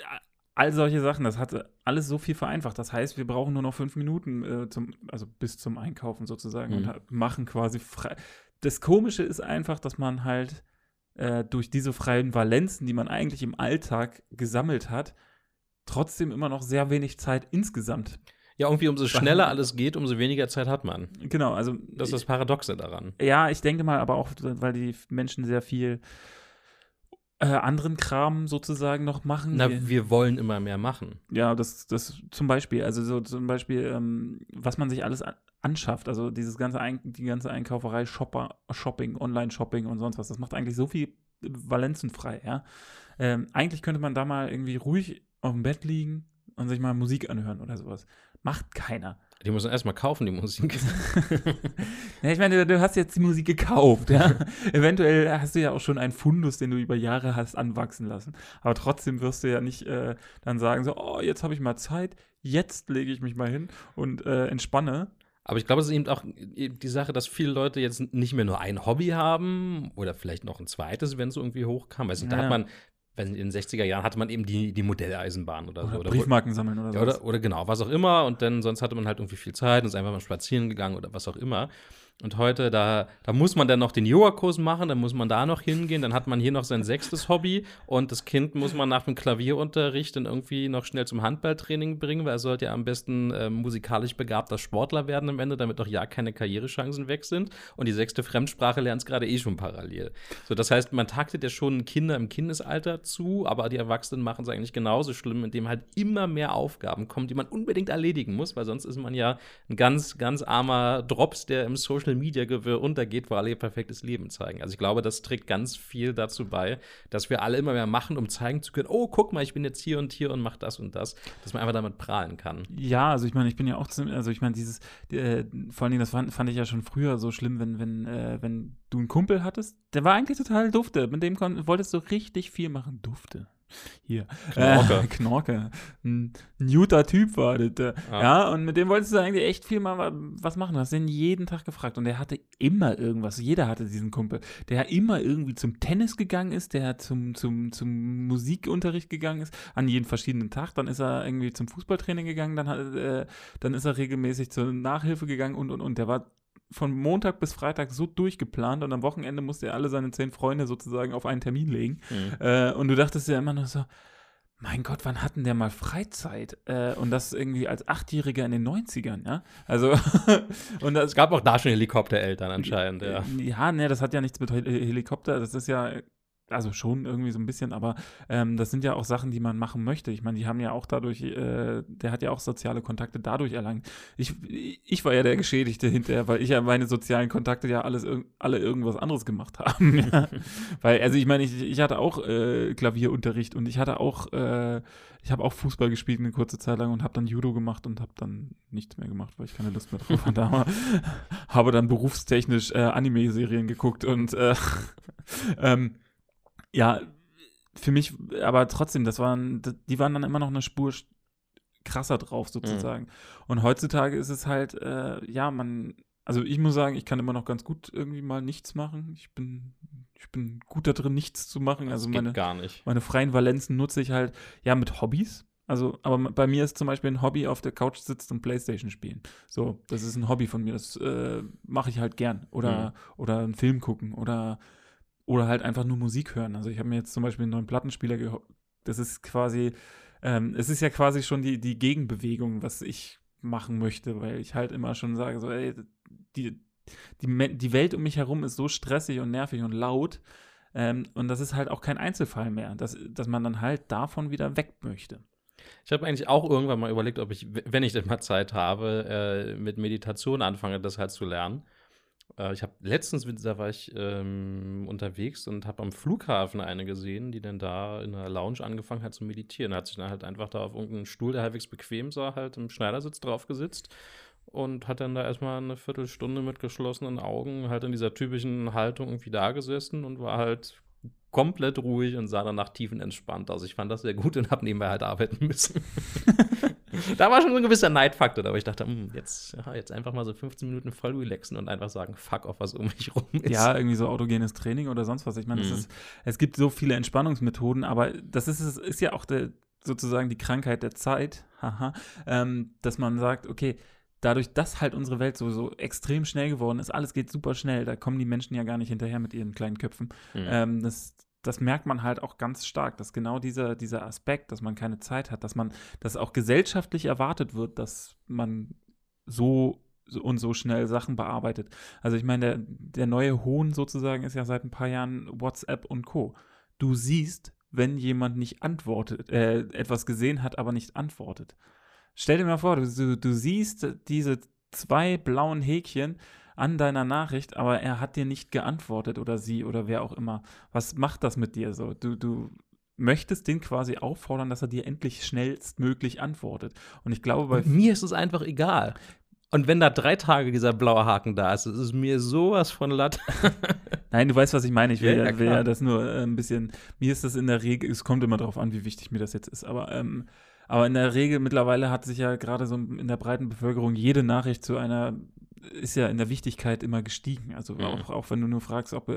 all solche Sachen, das hat alles so viel vereinfacht. Das heißt, wir brauchen nur noch 5 Minuten bis zum Einkaufen sozusagen und machen quasi frei. Das Komische ist einfach, dass man halt durch diese freien Valenzen, die man eigentlich im Alltag gesammelt hat, trotzdem immer noch sehr wenig Zeit insgesamt. Ja, irgendwie umso schneller alles geht, umso weniger Zeit hat man. Genau, also das ist das Paradoxe daran. Ja, ich denke mal, aber auch, weil die Menschen sehr viel anderen Kram sozusagen noch machen. Wir wollen immer mehr machen. Ja, das zum Beispiel, was man sich alles anschafft, also die ganze Einkauferei, Shopping, Online-Shopping und sonst was, das macht eigentlich so viel Valenzen frei, ja. Eigentlich könnte man da mal irgendwie ruhig auf dem Bett liegen und sich mal Musik anhören oder sowas. Macht keiner. Die müssen erstmal kaufen, die Musik. Ja, ich meine, du hast jetzt die Musik gekauft, ja. Eventuell hast du ja auch schon einen Fundus, den du über Jahre hast anwachsen lassen. Aber trotzdem wirst du ja nicht dann sagen, so, oh, jetzt habe ich mal Zeit, jetzt lege ich mich mal hin und entspanne. Aber ich glaube, es ist eben auch die Sache, dass viele Leute jetzt nicht mehr nur ein Hobby haben oder vielleicht noch ein zweites, wenn es irgendwie hochkam. Also da hat man, in den 60er Jahren hatte man eben die Modelleisenbahn oder so. Oder Briefmarken sammeln oder so. Oder genau, was auch immer. Und dann sonst hatte man halt irgendwie viel Zeit und ist einfach mal spazieren gegangen oder was auch immer. Und heute, da muss man dann noch den Yoga-Kurs machen, dann muss man da noch hingehen, dann hat man hier noch sein 6. Hobby und das Kind muss man nach dem Klavierunterricht dann irgendwie noch schnell zum Handballtraining bringen, weil er sollte ja am besten musikalisch begabter Sportler werden am Ende, damit doch ja keine Karrierechancen weg sind. Und die 6. Fremdsprache lernt es gerade schon parallel. So, das heißt, man taktet ja schon Kinder im Kindesalter zu, aber die Erwachsenen machen es eigentlich genauso schlimm, indem halt immer mehr Aufgaben kommen, die man unbedingt erledigen muss, weil sonst ist man ja ein ganz, ganz armer Drops, der im Social-Media-Gewirr untergeht, wo alle ihr perfektes Leben zeigen. Also ich glaube, das trägt ganz viel dazu bei, dass wir alle immer mehr machen, um zeigen zu können, oh, guck mal, ich bin jetzt hier und mach das und das, dass man einfach damit prahlen kann. Ja, also ich meine, ich bin ja auch, vor allen Dingen, das fand ich ja schon früher so schlimm, wenn du einen Kumpel hattest, der war eigentlich total dufte, mit dem wolltest du richtig viel machen. Dufte. Hier. Knorke. Ein guter Typ war das. Ja, und mit dem wolltest du eigentlich echt viel mal was machen. Du hast den jeden Tag gefragt und der hatte immer irgendwas. Jeder hatte diesen Kumpel, der immer irgendwie zum Tennis gegangen ist, der zum Musikunterricht gegangen ist, an jeden verschiedenen Tag. Dann ist er irgendwie zum Fußballtraining gegangen, dann ist er regelmäßig zur Nachhilfe gegangen und. Der war von Montag bis Freitag so durchgeplant und am Wochenende musste er alle seine 10 Freunde sozusagen auf einen Termin legen. Und du dachtest ja immer noch so, mein Gott, wann hatten der mal Freizeit? Und das irgendwie als 8-Jähriger in den 90ern, ja? Also, und es gab auch da schon Helikoptereltern anscheinend, ja. Ja, ne, das hat ja nichts mit Helikopter, das ist ja, also schon irgendwie so ein bisschen, aber das sind ja auch Sachen, die man machen möchte. Ich meine, die haben ja auch dadurch, der hat ja auch soziale Kontakte dadurch erlangt. Ich war ja der Geschädigte hinterher, weil ich ja meine sozialen Kontakte ja alle irgendwas anderes gemacht haben. Ja. Weil, also ich meine, ich hatte auch Klavierunterricht und ich habe auch Fußball gespielt eine kurze Zeit lang und habe dann Judo gemacht und habe dann nichts mehr gemacht, weil ich keine Lust mehr drauf hatte. Habe dann berufstechnisch Anime-Serien geguckt und ja, für mich, aber trotzdem, die waren dann immer noch eine Spur krasser drauf sozusagen. Und heutzutage ist es halt, also ich muss sagen, ich kann immer noch ganz gut irgendwie mal nichts machen. Ich bin gut da drin, nichts zu machen. Also gar nicht. Meine freien Valenzen nutze ich halt, ja, mit Hobbys. Also, aber bei mir ist zum Beispiel ein Hobby, auf der Couch sitzen und Playstation spielen. So, das ist ein Hobby von mir, das mache ich halt gern. Oder einen Film gucken oder halt einfach nur Musik hören. Also ich habe mir jetzt zum Beispiel einen neuen Plattenspieler das ist quasi, es ist ja quasi schon die Gegenbewegung, was ich machen möchte, weil ich halt immer schon sage, so, ey, die Welt um mich herum ist so stressig und nervig und laut, und das ist halt auch kein Einzelfall mehr, dass man dann halt davon wieder weg möchte. Ich habe eigentlich auch irgendwann mal überlegt, ob ich, wenn ich denn mal Zeit habe, mit Meditation anfange, das halt zu lernen. Ich habe letztens, da war ich unterwegs und habe am Flughafen eine gesehen, die dann da in einer Lounge angefangen hat zu meditieren. Da hat sich dann halt einfach da auf irgendeinen Stuhl, der halbwegs bequem sah, halt im Schneidersitz drauf gesetzt und hat dann da erstmal eine Viertelstunde mit geschlossenen Augen halt in dieser typischen Haltung irgendwie da gesessen und war halt komplett ruhig und sah danach tiefenentspannt aus. Ich fand das sehr gut und habe nebenbei halt arbeiten müssen. Da war schon so ein gewisser Neidfaktor, aber ich dachte, jetzt einfach mal so 15 Minuten voll relaxen und einfach sagen, fuck off, was um mich rum ist. Ja, irgendwie so autogenes Training oder sonst was. Ich meine, es gibt so viele Entspannungsmethoden, aber das ist ja auch sozusagen die Krankheit der Zeit, haha, dass man sagt, okay, dadurch, dass halt unsere Welt so extrem schnell geworden ist, alles geht super schnell, da kommen die Menschen ja gar nicht hinterher mit ihren kleinen Köpfen. Das merkt man halt auch ganz stark, dass genau dieser Aspekt, dass man keine Zeit hat, dass auch gesellschaftlich erwartet wird, dass man so schnell Sachen bearbeitet. Also ich meine, der neue Hohn sozusagen ist ja seit ein paar Jahren WhatsApp und Co. Du siehst, wenn jemand nicht antwortet, etwas gesehen hat, aber nicht antwortet. Stell dir mal vor, du siehst diese 2 blauen Häkchen an deiner Nachricht, aber er hat dir nicht geantwortet oder sie oder wer auch immer. Was macht das mit dir so? Du möchtest den quasi auffordern, dass er dir endlich schnellstmöglich antwortet. Und ich glaube, mir ist es einfach egal. Und wenn da 3 Tage dieser blaue Haken da ist, ist es mir sowas von Latte. Nein, du weißt, was ich meine. Ich will Ja, ja das nur ein bisschen, mir ist das in der Regel, es kommt immer darauf an, wie wichtig mir das jetzt ist, aber in der Regel mittlerweile hat sich ja gerade so in der breiten Bevölkerung jede Nachricht ist ja in der Wichtigkeit immer gestiegen. Also auch wenn du nur fragst, ob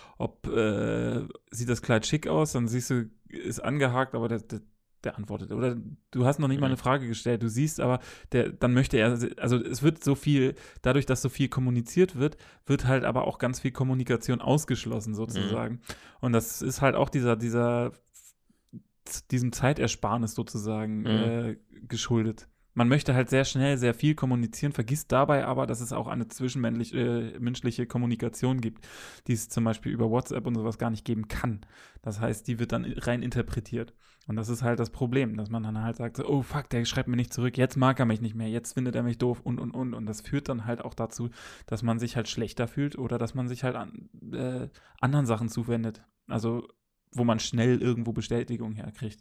sieht das Kleid schick aus, dann siehst du, ist angehakt, aber der antwortet. Oder du hast noch nicht mal eine Frage gestellt, du siehst aber, dann möchte er, also es wird so viel, dadurch, dass so viel kommuniziert wird halt aber auch ganz viel Kommunikation ausgeschlossen sozusagen. Und das ist halt auch diesem Zeitersparnis sozusagen geschuldet. Man möchte halt sehr schnell sehr viel kommunizieren, vergisst dabei aber, dass es auch eine zwischenmenschliche Kommunikation gibt, die es zum Beispiel über WhatsApp und sowas gar nicht geben kann. Das heißt, die wird dann rein interpretiert. Und das ist halt das Problem, dass man dann halt sagt, so, oh fuck, der schreibt mir nicht zurück, jetzt mag er mich nicht mehr, jetzt findet er mich doof und. Und das führt dann halt auch dazu, dass man sich halt schlechter fühlt oder dass man sich halt anderen Sachen zuwendet. Also, wo man schnell irgendwo Bestätigung herkriegt.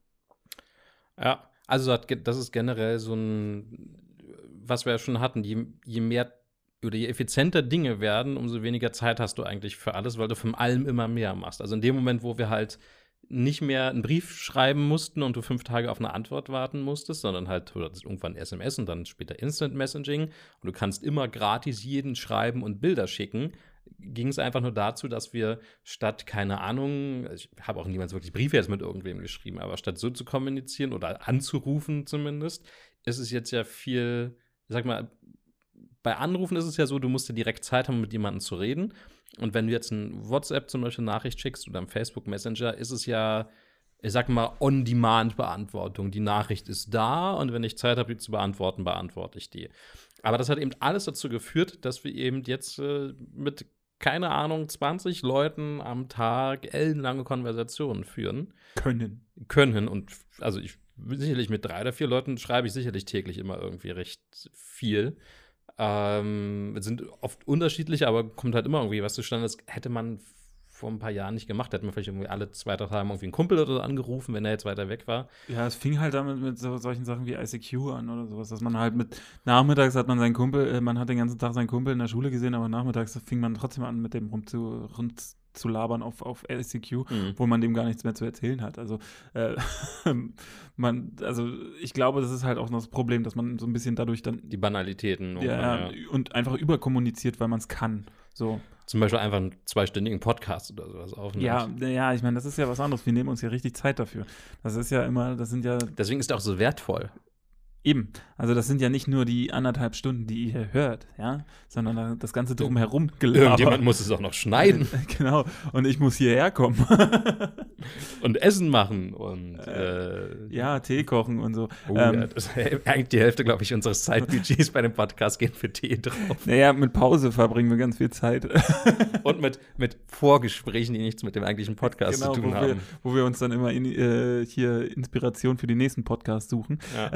Ja, also das ist generell so ein, was wir ja schon hatten, je mehr oder je effizienter Dinge werden, umso weniger Zeit hast du eigentlich für alles, weil du von allem immer mehr machst. Also in dem Moment, wo wir halt nicht mehr einen Brief schreiben mussten und du 5 Tage auf eine Antwort warten musstest, sondern halt oder irgendwann SMS und dann später Instant Messaging und du kannst immer gratis jeden schreiben und Bilder schicken, ging es einfach nur dazu, dass wir statt, keine Ahnung, ich habe auch niemals wirklich Briefe jetzt mit irgendwem geschrieben, aber statt so zu kommunizieren oder anzurufen zumindest, ist es jetzt ja viel, ich sag mal, bei Anrufen ist es ja so, du musst ja direkt Zeit haben, mit jemandem zu reden. Und wenn du jetzt ein WhatsApp zum Beispiel Nachricht schickst oder am Facebook Messenger, ist es ja, ich sag mal, On-Demand-Beantwortung. Die Nachricht ist da und wenn ich Zeit habe, die zu beantworten, beantworte ich die. Aber das hat eben alles dazu geführt, dass wir eben jetzt mit, keine Ahnung, 20 Leuten am Tag ellenlange Konversationen führen. Können. Und also sicherlich mit 3 oder 4 Leuten schreibe ich sicherlich täglich immer irgendwie recht viel. Sind oft unterschiedlich, aber kommt halt immer irgendwie was zustande. Das hätte man vor ein paar Jahren nicht gemacht. Hätte man vielleicht irgendwie alle 2, 3 Tage irgendwie einen Kumpel oder so angerufen, wenn er jetzt weiter weg war. Ja, es fing halt damit mit solchen Sachen wie ICQ an oder sowas, dass man halt nachmittags hat man seinen Kumpel, man hat den ganzen Tag seinen Kumpel in der Schule gesehen, aber nachmittags fing man trotzdem an, mit dem zu labern auf ICQ, wo man dem gar nichts mehr zu erzählen hat. Also ich glaube, das ist halt auch noch das Problem, dass man so ein bisschen dadurch dann die Banalitäten und einfach überkommuniziert, weil man es kann. So. Zum Beispiel einfach einen 2-stündigen Podcast oder sowas aufnehmen. Ja, ich meine, das ist ja was anderes. Wir nehmen uns ja richtig Zeit dafür. Deswegen ist es auch so wertvoll. Eben. Also das sind ja nicht nur die 1,5 Stunden, die ihr hier hört, ja, sondern das Ganze drumherum gelabert. Irgendjemand muss es auch noch schneiden. Genau. Und ich muss hierher kommen. Und Essen machen und Tee kochen und so. Eigentlich die Hälfte, glaube ich, unseres Zeitbudgets bei dem Podcast geht für Tee drauf. Naja, mit Pause verbringen wir ganz viel Zeit. Und mit Vorgesprächen, die nichts mit dem eigentlichen Podcast zu tun haben. Wo wir uns dann immer hier Inspiration für die nächsten Podcasts suchen.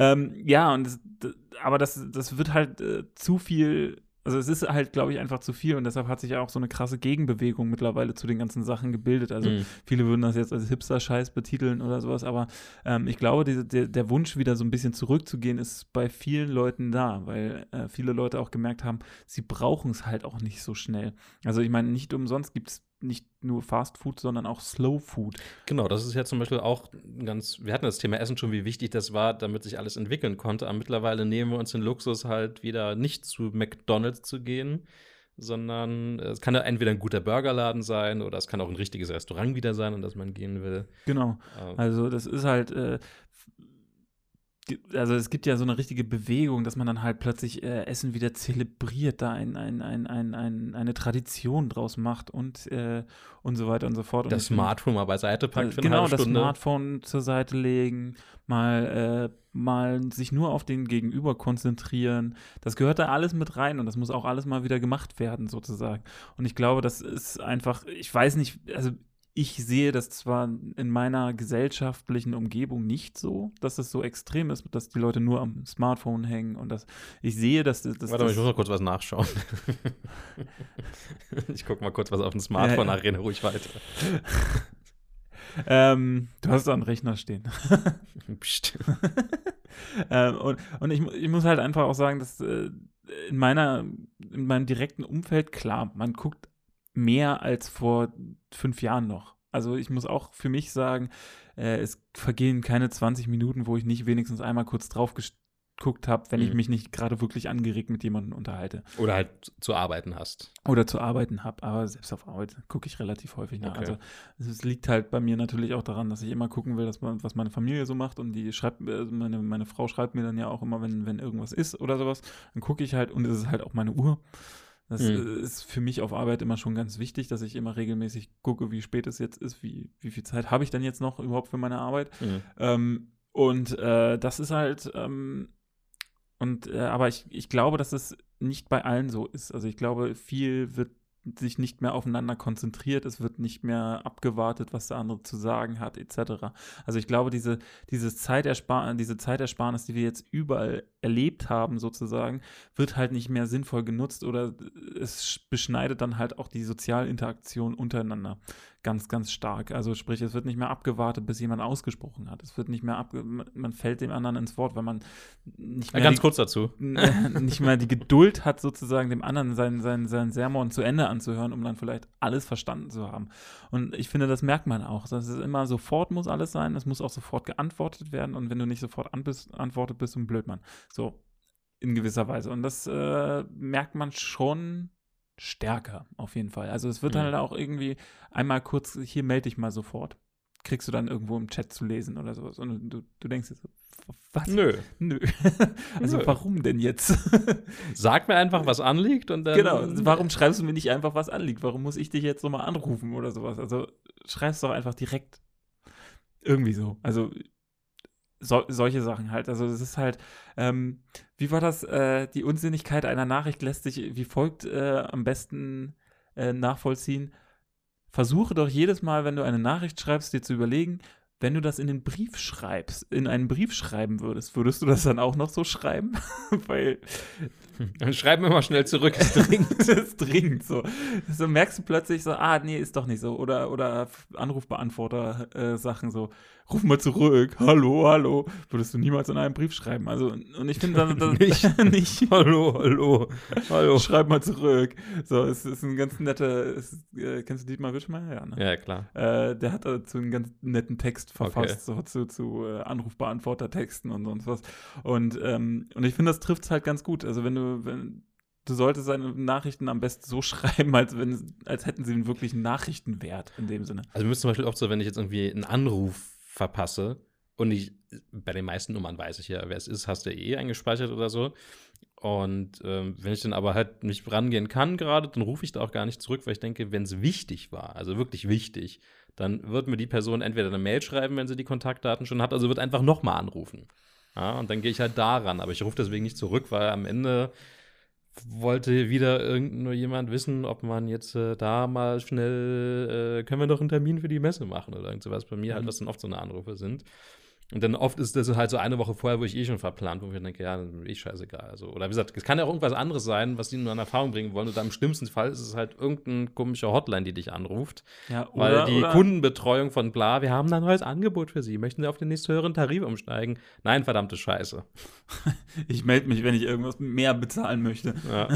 Aber das wird halt zu viel, also es ist halt, glaube ich, einfach zu viel und deshalb hat sich ja auch so eine krasse Gegenbewegung mittlerweile zu den ganzen Sachen gebildet. Also viele würden das jetzt als Hipster-Scheiß betiteln oder sowas, aber ich glaube, der Wunsch, wieder so ein bisschen zurückzugehen, ist bei vielen Leuten da, weil viele Leute auch gemerkt haben, sie brauchen es halt auch nicht so schnell. Also ich meine, nicht umsonst gibt es nicht nur Fast Food, sondern auch Slow Food. Genau, das ist ja zum Beispiel auch wir hatten das Thema Essen schon, wie wichtig das war, damit sich alles entwickeln konnte. Aber mittlerweile nehmen wir uns den Luxus halt wieder nicht zu McDonald's zu gehen, sondern es kann ja entweder ein guter Burgerladen sein oder es kann auch ein richtiges Restaurant wieder sein, in das man gehen will. Genau. Ähm, Also das ist halt, also es gibt ja so eine richtige Bewegung, dass man dann halt plötzlich Essen wieder zelebriert, da eine Tradition draus macht und so weiter und so fort. Und das ich finde, Smartphone mal beiseite packt für eine genau, halbe das Stunde. Smartphone zur Seite legen, mal sich nur auf den Gegenüber konzentrieren. Das gehört da alles mit rein und das muss auch alles mal wieder gemacht werden, sozusagen. Und ich glaube, das ist einfach, ich weiß nicht, also ich sehe das zwar in meiner gesellschaftlichen Umgebung nicht so, dass es so extrem ist, dass die Leute nur am Smartphone hängen und ich sehe, dass das Warte mal, ich muss mal kurz was nachschauen. Ich gucke mal kurz was auf dem Smartphone nach, rede ruhig weiter. Du hast da einen Rechner stehen. Psst. Und ich muss halt einfach auch sagen, dass in meinem direkten Umfeld, klar, man guckt mehr als vor 5 Jahren noch. Also ich muss auch für mich sagen, es vergehen keine 20 Minuten, wo ich nicht wenigstens einmal kurz drauf geguckt habe, wenn ich mich nicht gerade wirklich angeregt mit jemandem unterhalte. Oder halt zu arbeiten hast. Oder zu arbeiten habe, aber selbst auf Arbeit gucke ich relativ häufig nach. Okay. Also es liegt halt bei mir natürlich auch daran, dass ich immer gucken will, was meine Familie so macht und die schreibt, meine Frau schreibt mir dann ja auch immer, wenn irgendwas ist oder sowas, dann gucke ich halt und es ist halt auch meine Uhr. Das ist für mich auf Arbeit immer schon ganz wichtig, dass ich immer regelmäßig gucke, wie spät es jetzt ist, wie viel Zeit habe ich denn jetzt noch überhaupt für meine Arbeit. Das ist halt aber ich glaube, dass es nicht bei allen so ist. Also ich glaube, viel wird sich nicht mehr aufeinander konzentriert, es wird nicht mehr abgewartet, was der andere zu sagen hat, etc. Also ich glaube, diese Zeitersparnis, die wir jetzt überall erlebt haben, sozusagen, wird halt nicht mehr sinnvoll genutzt oder es beschneidet dann halt auch die Sozialinteraktion untereinander ganz, ganz stark. Also sprich, es wird nicht mehr abgewartet, bis jemand ausgesprochen hat. Es wird nicht mehr man fällt dem anderen ins Wort, weil man nicht mehr Ganz kurz dazu. nicht mehr die Geduld hat, sozusagen dem anderen seinen Sermon zu Ende anzuhören, um dann vielleicht alles verstanden zu haben. Und ich finde, das merkt man auch. Das ist immer sofort muss alles sein, es muss auch sofort geantwortet werden und wenn du nicht sofort antwortet, bist du ein Blödmann. So, in gewisser Weise. Und das merkt man schon stärker, auf jeden Fall. Also es wird halt auch irgendwie einmal kurz, hier melde dich mal sofort. Kriegst du dann irgendwo im Chat zu lesen oder sowas. Und du denkst jetzt so, was? Nö. Also warum denn jetzt? Sag mir einfach, was anliegt und dann. Genau, warum schreibst du mir nicht einfach, was anliegt? Warum muss ich dich jetzt nochmal anrufen oder sowas? Also schreibst doch einfach direkt irgendwie so. Also solche Sachen halt. Also das ist halt, wie war das? Die Unsinnigkeit einer Nachricht lässt sich wie folgt am besten nachvollziehen. Versuche doch jedes Mal, wenn du eine Nachricht schreibst, dir zu überlegen, wenn du das in einen Brief schreiben würdest du das dann auch noch so schreiben? Weil Dann schreib mir mal schnell zurück, es dringt. das ist dringend so. So merkst du plötzlich so, nee, ist doch nicht so. Oder Anrufbeantworter Sachen so, ruf mal zurück, hallo, würdest du niemals in einem Brief schreiben. Also, und ich finde dann nicht. Hallo. Schreib mal zurück. So, es ist ein ganz netter, kennst du Dietmar Wischmeier? Ja, ne? Ja, klar. Der hat dazu einen ganz netten Text verfasst, so zu Anrufbeantworter-Texten und sonst was. Und ich finde, das trifft es halt ganz gut. Also du solltest deine Nachrichten am besten so schreiben, als hätten sie einen wirklichen Nachrichtenwert in dem Sinne. Also mir ist zum Beispiel oft so, wenn ich jetzt irgendwie einen Anruf verpasse und bei den meisten Nummern weiß ich ja, wer es ist, hast du eingespeichert oder so. Und wenn ich dann aber halt nicht rangehen kann gerade, dann rufe ich da auch gar nicht zurück, weil ich denke, wenn es wichtig war, also wirklich wichtig, dann wird mir die Person entweder eine Mail schreiben, wenn sie die Kontaktdaten schon hat, also wird einfach nochmal anrufen. Ja, und dann gehe ich halt daran, aber ich rufe deswegen nicht zurück, weil am Ende wollte wieder jemand wissen, ob man jetzt da mal schnell, können wir noch einen Termin für die Messe machen oder irgend sowas. Bei mir halt, was dann oft so eine Anrufe sind. Und dann oft ist das halt so eine Woche vorher, wo ich schon verplant, wo ich denke, ja, dann ist scheißegal. Also, oder wie gesagt, es kann ja auch irgendwas anderes sein, was die nur an Erfahrung bringen wollen. Oder im schlimmsten Fall ist es halt irgendein komischer Hotline, die dich anruft. Ja, weil die Kundenbetreuung von bla, wir haben ein neues Angebot für Sie. Möchten Sie auf den nächsthöheren Tarif umsteigen? Nein, verdammte Scheiße. Ich melde mich, wenn ich irgendwas mehr bezahlen möchte.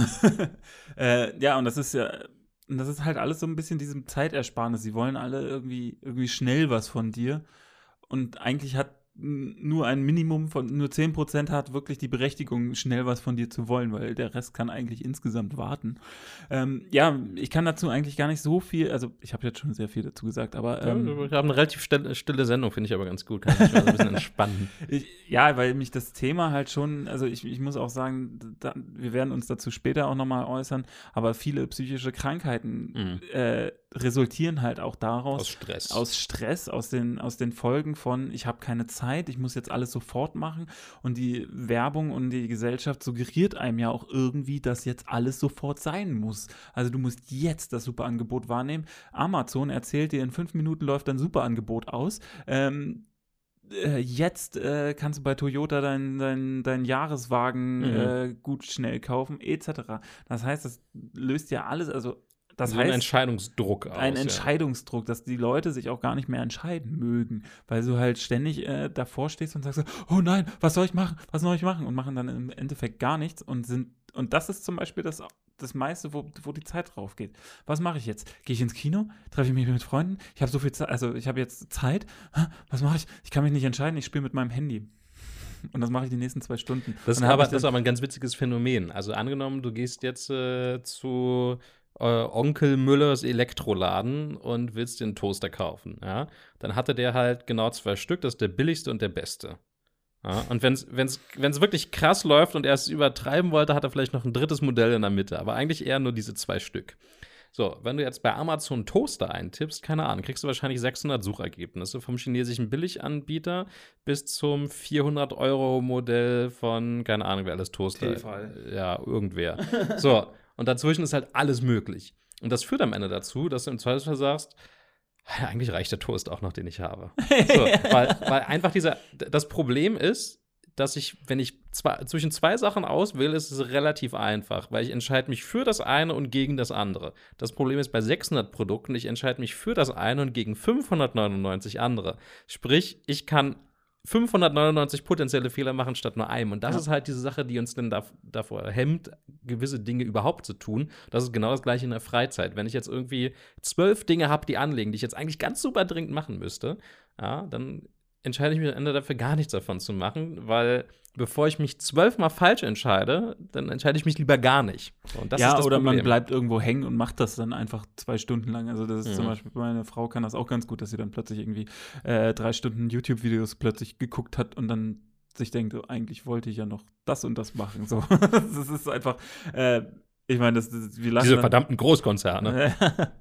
Ja, und das ist halt alles so ein bisschen diesem Zeitersparnis. Sie wollen alle irgendwie schnell was von dir. Und eigentlich hat nur ein Minimum von nur 10% hat wirklich die Berechtigung, schnell was von dir zu wollen, weil der Rest kann eigentlich insgesamt warten. Ja, ich kann dazu eigentlich gar nicht so viel, also ich habe jetzt schon sehr viel dazu gesagt, aber wir haben eine relativ stille Sendung, finde ich aber ganz gut. Kann ich mich mal so ein bisschen entspannen. Ja, weil mich das Thema halt schon, also ich muss auch sagen, wir werden uns dazu später auch nochmal äußern, aber viele psychische Krankheiten resultieren halt auch daraus. Aus Stress, aus den Folgen von, ich habe keine Zeit, ich muss jetzt alles sofort machen und die Werbung und die Gesellschaft suggeriert einem ja auch irgendwie, dass jetzt alles sofort sein muss. Also du musst jetzt das Superangebot wahrnehmen. Amazon erzählt dir, in 5 Minuten läuft dein Superangebot aus. Jetzt kannst du bei Toyota deinen Jahreswagen gut schnell kaufen, etc. Das heißt, das löst ja alles, also das heißt, ein Entscheidungsdruck aus. Ein Entscheidungsdruck, dass die Leute sich auch gar nicht mehr entscheiden mögen, weil du halt ständig davor stehst und sagst, oh nein, was soll ich machen, und machen dann im Endeffekt gar nichts und das ist zum Beispiel das meiste, wo die Zeit drauf geht. Was mache ich jetzt? Gehe ich ins Kino? Treffe ich mich mit Freunden? Ich habe so viel Zeit, also ich habe jetzt Zeit. Was mache ich? Ich kann mich nicht entscheiden, ich spiele mit meinem Handy. Und das mache ich die nächsten 2 Stunden. Das ist aber ein ganz witziges Phänomen. Also angenommen, du gehst jetzt zu Onkel Müllers Elektroladen und willst dir einen Toaster kaufen. Ja? Dann hatte der halt genau 2 Stück, das ist der billigste und der beste. Ja? Und wenn's wirklich krass läuft und er es übertreiben wollte, hat er vielleicht noch ein 3. Modell in der Mitte. Aber eigentlich eher nur diese 2 Stück. So, wenn du jetzt bei Amazon Toaster eintippst, keine Ahnung, kriegst du wahrscheinlich 600 Suchergebnisse vom chinesischen Billiganbieter bis zum 400-Euro-Modell von, keine Ahnung, wer alles Toaster. Ja, irgendwer. So, und dazwischen ist halt alles möglich. Und das führt am Ende dazu, dass du im Zweifelsfall sagst, ja, eigentlich reicht der Toast auch noch, den ich habe. So, weil einfach das Problem ist, dass wenn ich zwischen 2 Sachen auswähle, ist es relativ einfach, weil ich entscheide mich für das eine und gegen das andere. Das Problem ist bei 600 Produkten, ich entscheide mich für das eine und gegen 599 andere. Sprich, ich kann 599 potenzielle Fehler machen statt nur einem. Und das ist halt diese Sache, die uns dann davor hemmt, gewisse Dinge überhaupt zu tun. Das ist genau das Gleiche in der Freizeit. Wenn ich jetzt irgendwie 12 Dinge habe, die anliegen, die ich jetzt eigentlich ganz super dringend machen müsste, ja, dann entscheide ich mich am Ende dafür, gar nichts davon zu machen, weil bevor ich mich 12-mal falsch entscheide, dann entscheide ich mich lieber gar nicht. Und das ist das oder Problem. Man bleibt irgendwo hängen und macht das dann einfach 2 Stunden lang. Also das ist zum Beispiel, meine Frau kann das auch ganz gut, dass sie dann plötzlich irgendwie 3 Stunden YouTube-Videos plötzlich geguckt hat und dann sich denkt, eigentlich wollte ich ja noch das und das machen. So. Das ist einfach ich meine, wir lachen diese verdammten Großkonzerne.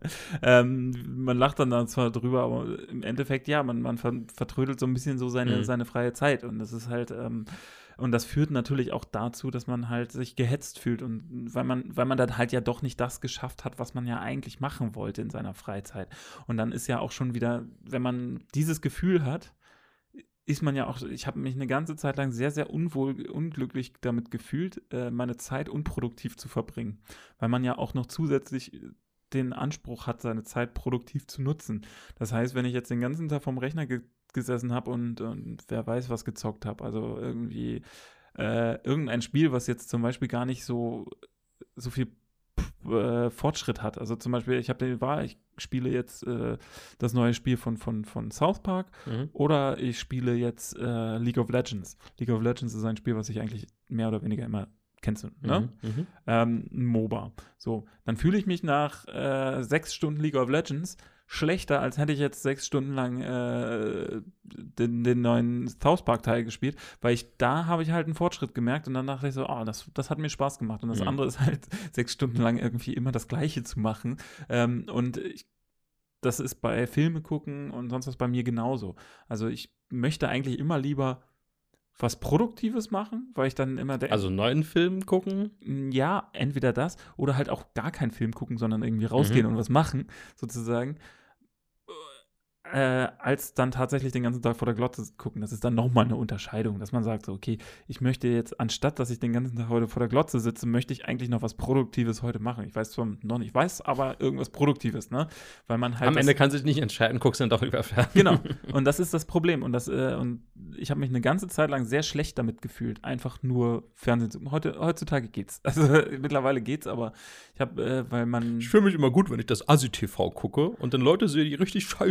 Man lacht dann zwar drüber, aber im Endeffekt, ja, man vertrödelt so ein bisschen so seine freie Zeit. Und das ist halt, und das führt natürlich auch dazu, dass man halt sich gehetzt fühlt. Und weil man dann halt ja doch nicht das geschafft hat, was man ja eigentlich machen wollte in seiner Freizeit. Und dann ist ja auch schon wieder, wenn man dieses Gefühl hat, ist man ja auch, ich habe mich eine ganze Zeit lang sehr, sehr unglücklich damit gefühlt, meine Zeit unproduktiv zu verbringen, weil man ja auch noch zusätzlich den Anspruch hat, seine Zeit produktiv zu nutzen. Das heißt, wenn ich jetzt den ganzen Tag vorm Rechner gesessen habe und wer weiß, was gezockt habe, also irgendwie irgendein Spiel, was jetzt zum Beispiel gar nicht so viel Fortschritt hat. Also zum Beispiel, ich spiele jetzt das neue Spiel von South Park oder ich spiele jetzt League of Legends. League of Legends ist ein Spiel, was ich eigentlich mehr oder weniger immer kennst du, ne? MOBA. So, dann fühle ich mich nach 6 Stunden League of Legends schlechter, als hätte ich jetzt 6 Stunden lang den neuen South Park-Teil gespielt, weil da habe ich halt einen Fortschritt gemerkt und dann dachte ich so, das hat mir Spaß gemacht. Und das andere ist halt 6 Stunden lang irgendwie immer das Gleiche zu machen. Das ist bei Filme gucken und sonst was bei mir genauso. Also ich möchte eigentlich immer lieber was Produktives machen, weil ich dann immer also einen neuen Film gucken? Ja, entweder das oder halt auch gar keinen Film gucken, sondern irgendwie rausgehen und was machen, sozusagen, als dann tatsächlich den ganzen Tag vor der Glotze gucken. Das ist dann nochmal eine Unterscheidung, dass man sagt so, okay, ich möchte jetzt, anstatt dass ich den ganzen Tag heute vor der Glotze sitze, möchte ich eigentlich noch was Produktives heute machen. Ich weiß zwar noch nicht, aber irgendwas Produktives, ne? Weil man halt am Ende kannst du dich nicht entscheiden, guckst dann doch lieber fern. Genau, und das ist das Problem. Und ich habe mich eine ganze Zeit lang sehr schlecht damit gefühlt, einfach nur Fernsehen zu. Heutzutage geht's. Also mittlerweile geht's, aber ich fühle mich immer gut, wenn ich das Asi-TV gucke und dann Leute sehe, die richtig scheiße dran sind.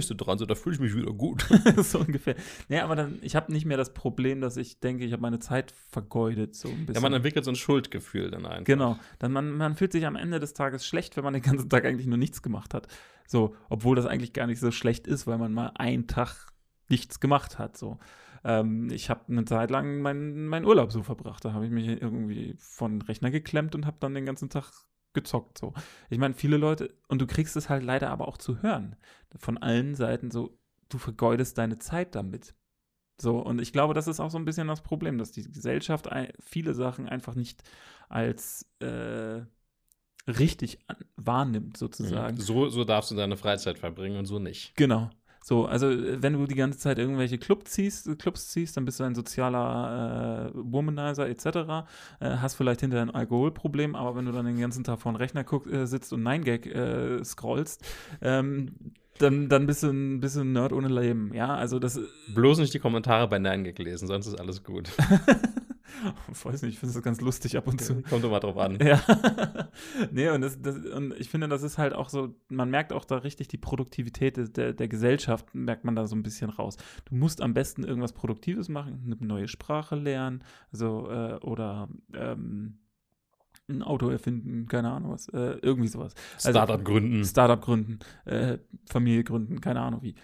da fühle ich mich wieder gut. So ungefähr. Nee, aber ich habe nicht mehr das Problem, dass ich denke, ich habe meine Zeit vergeudet, so ein bisschen. Ja, man entwickelt so ein Schuldgefühl dann einfach. Genau. Dann man fühlt sich am Ende des Tages schlecht, wenn man den ganzen Tag eigentlich nur nichts gemacht hat. So, obwohl das eigentlich gar nicht so schlecht ist, weil man mal einen Tag nichts gemacht hat. So. Ich habe eine Zeit lang meinen Urlaub so verbracht. Da habe ich mich irgendwie von Rechner geklemmt und habe dann den ganzen Tag gezockt. So. Ich meine, viele Leute, und du kriegst es halt leider aber auch zu hören, von allen Seiten so, du vergeudest deine Zeit damit. So, und ich glaube, das ist auch so ein bisschen das Problem, dass die Gesellschaft viele Sachen einfach nicht als richtig wahrnimmt, sozusagen. So darfst du deine Freizeit verbringen und so nicht. Genau. So, also wenn du die ganze Zeit irgendwelche Clubs ziehst, dann bist du ein sozialer Womanizer etc., hast vielleicht hinterher ein Alkoholproblem, aber wenn du dann den ganzen Tag vor dem Rechner sitzt und 9gag scrollst, dann bist du ein Nerd ohne Leben, ja, also das Bloß nicht die Kommentare bei 9gag lesen, sonst ist alles gut. Ich weiß nicht, ich finde das ganz lustig ab und zu. Kommt doch mal drauf an. Ja. Nee, und ich finde, das ist halt auch so, man merkt auch da richtig die Produktivität der Gesellschaft, merkt man da so ein bisschen raus. Du musst am besten irgendwas Produktives machen, eine neue Sprache lernen, also, oder ein Auto erfinden, keine Ahnung was, irgendwie sowas. Startup gründen. Familie gründen, keine Ahnung wie.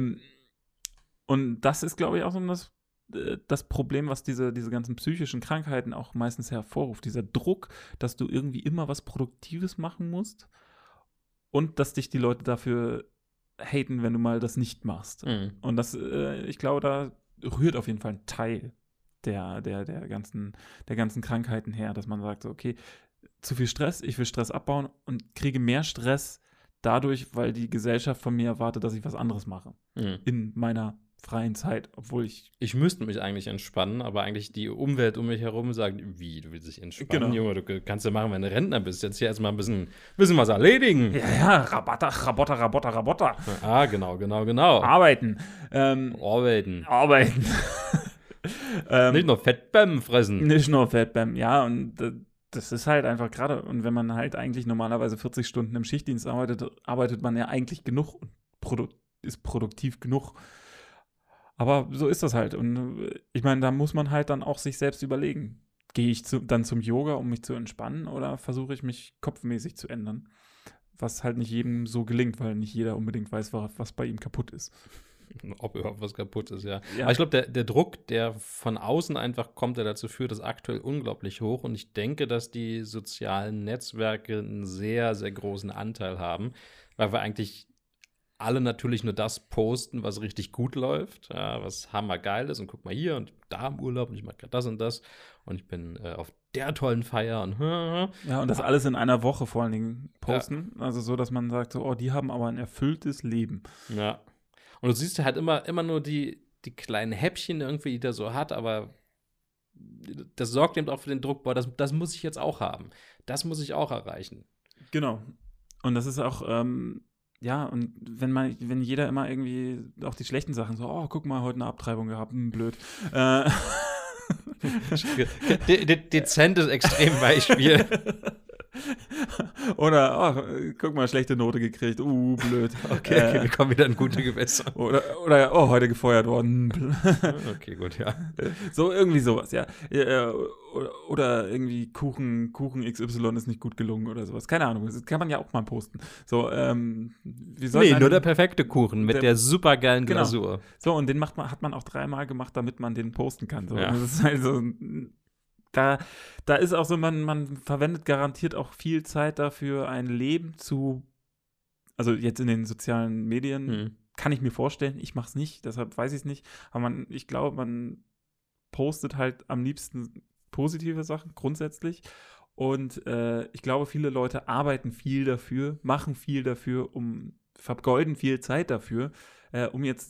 Und das ist, glaube ich, auch so das Problem, was diese ganzen psychischen Krankheiten auch meistens hervorruft. Dieser Druck, dass du irgendwie immer was Produktives machen musst und dass dich die Leute dafür haten, wenn du mal das nicht machst. Mhm. Und das, ich glaube, da rührt auf jeden Fall ein Teil der ganzen Krankheiten her, dass man sagt, so, okay, zu viel Stress, ich will Stress abbauen und kriege mehr Stress dadurch, weil die Gesellschaft von mir erwartet, dass ich was anderes mache. Mhm. In meiner freien Zeit, obwohl ich müsste mich eigentlich entspannen, aber eigentlich die Umwelt um mich herum sagt, wie, du willst dich entspannen, Genau. Junge, du kannst ja machen, wenn du Rentner bist, jetzt hier erstmal ein bisschen was erledigen. Ja, Rabotter. Ah, genau. Arbeiten. Arbeiten. Nicht nur Fettbäm fressen. Nicht nur Fettbäm, ja, und das ist halt einfach gerade, und wenn man halt eigentlich normalerweise 40 Stunden im Schichtdienst arbeitet man ja eigentlich genug und ist produktiv genug. Aber so ist das halt. Und ich meine, da muss man halt dann auch sich selbst überlegen. Gehe ich dann zum Yoga, um mich zu entspannen, oder versuche ich mich kopfmäßig zu ändern? Was halt nicht jedem so gelingt, weil nicht jeder unbedingt weiß, was bei ihm kaputt ist. Ob überhaupt was kaputt ist, ja. Ja. Aber ich glaube, der Druck, der von außen einfach kommt, der dazu führt, ist aktuell unglaublich hoch. Und ich denke, dass die sozialen Netzwerke einen sehr, sehr großen Anteil haben, weil wir eigentlich alle natürlich nur das posten, was richtig gut läuft, ja, was hammergeil ist, und guck mal hier und da im Urlaub und ich mache gerade das und das und ich bin auf der tollen Feier und ja, und das alles in einer Woche vor allen Dingen posten. Ja. Also so, dass man sagt, so, oh, die haben aber ein erfülltes Leben. Ja. Und du siehst halt immer nur die kleinen Häppchen irgendwie, die der so hat, aber das sorgt eben auch für den Druck, boah, das muss ich jetzt auch haben. Das muss ich auch erreichen. Genau. Und das ist auch ja, und wenn jeder immer irgendwie auch die schlechten Sachen so, oh, guck mal, heute eine Abtreibung gehabt, blöd. Dezentes Extrembeispiel. Oder, oh, guck mal, schlechte Note gekriegt, blöd. Okay, wir kommen wieder in gute Gewässer. Oder oh, heute gefeuert worden. Okay, gut, ja. So, irgendwie sowas, ja. Oder irgendwie Kuchen XY ist nicht gut gelungen oder sowas. Keine Ahnung, das kann man ja auch mal posten. So, nur der perfekte Kuchen mit der supergeilen Glasur. Genau. So, und den hat man auch 3-mal gemacht, damit man den posten kann. So. Ja. Das ist halt so, da ist auch so, man verwendet garantiert auch viel Zeit dafür, ein Leben also jetzt in den sozialen Medien, kann ich mir vorstellen, ich mache es nicht, deshalb weiß ich es nicht, aber ich glaube, man postet halt am liebsten positive Sachen, grundsätzlich, und ich glaube, viele Leute arbeiten viel dafür, machen viel dafür, vergeuden viel Zeit dafür, um jetzt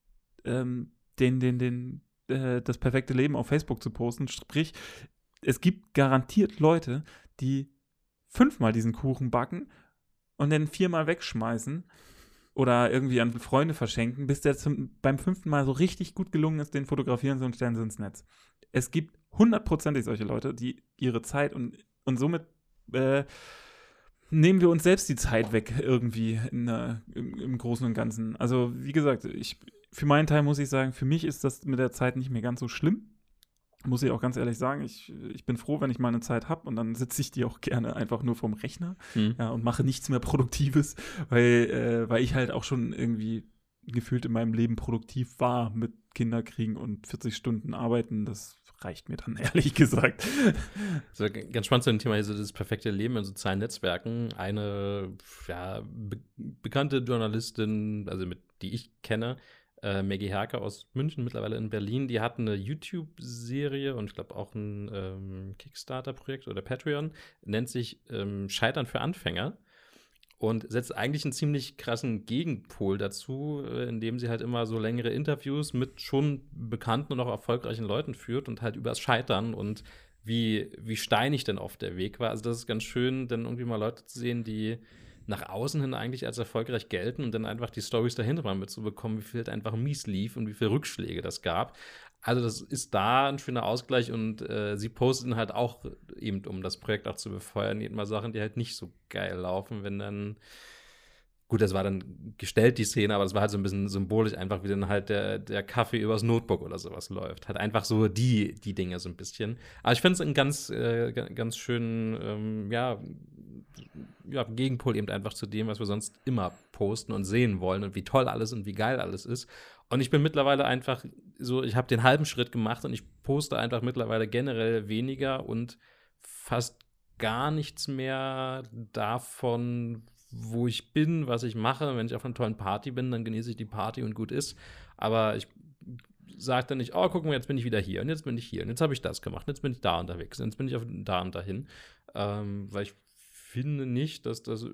das perfekte Leben auf Facebook zu posten, sprich, es gibt garantiert Leute, die 5-mal diesen Kuchen backen und dann 4-mal wegschmeißen oder irgendwie an Freunde verschenken, bis der beim 5. Mal so richtig gut gelungen ist, den fotografieren sie und stellen sie ins Netz. Es gibt 100%ig solche Leute, die ihre Zeit und somit nehmen wir uns selbst die Zeit weg irgendwie im Großen und Ganzen. Also wie gesagt, für meinen Teil muss ich sagen, für mich ist das mit der Zeit nicht mehr ganz so schlimm. Muss ich auch ganz ehrlich sagen, ich bin froh, wenn ich mal eine Zeit habe und dann sitze ich die auch gerne einfach nur vorm Rechner und mache nichts mehr Produktives, weil ich halt auch schon irgendwie gefühlt in meinem Leben produktiv war mit Kinderkriegen und 40 Stunden arbeiten. Das reicht mir dann, ehrlich gesagt. So, ganz spannend zu dem Thema, also das perfekte Leben in sozialen Netzwerken. Eine bekannte Journalistin, also die ich kenne, Maggie Herke aus München, mittlerweile in Berlin, die hat eine YouTube-Serie und ich glaube auch ein Kickstarter-Projekt oder Patreon, nennt sich Scheitern für Anfänger und setzt eigentlich einen ziemlich krassen Gegenpol dazu, indem sie halt immer so längere Interviews mit schon bekannten und auch erfolgreichen Leuten führt und halt übers Scheitern und wie steinig denn oft der Weg war. Also das ist ganz schön, dann irgendwie mal Leute zu sehen, die nach außen hin eigentlich als erfolgreich gelten und dann einfach die Storys dahinter mal mitzubekommen, wie viel halt einfach mies lief und wie viele Rückschläge das gab. Also das ist da ein schöner Ausgleich und sie posten halt auch eben, um das Projekt auch zu befeuern, eben mal Sachen, die halt nicht so geil laufen, wenn dann gut, das war dann gestellt, die Szene, aber das war halt so ein bisschen symbolisch einfach, wie dann halt der Kaffee übers Notebook oder sowas läuft. Halt einfach so die Dinge so ein bisschen. Aber ich finde es einen ganz schönen, Gegenpol eben einfach zu dem, was wir sonst immer posten und sehen wollen und wie toll alles und wie geil alles ist. Und ich bin mittlerweile einfach so, ich habe den halben Schritt gemacht und ich poste einfach mittlerweile generell weniger und fast gar nichts mehr davon, wo ich bin, was ich mache. Wenn ich auf einer tollen Party bin, dann genieße ich die Party und gut ist. Aber ich sage dann nicht, oh, guck mal, jetzt bin ich wieder hier und jetzt bin ich hier und jetzt habe ich das gemacht, jetzt bin ich da unterwegs und jetzt bin ich da und dahin. Weil ich finde nicht, dass das,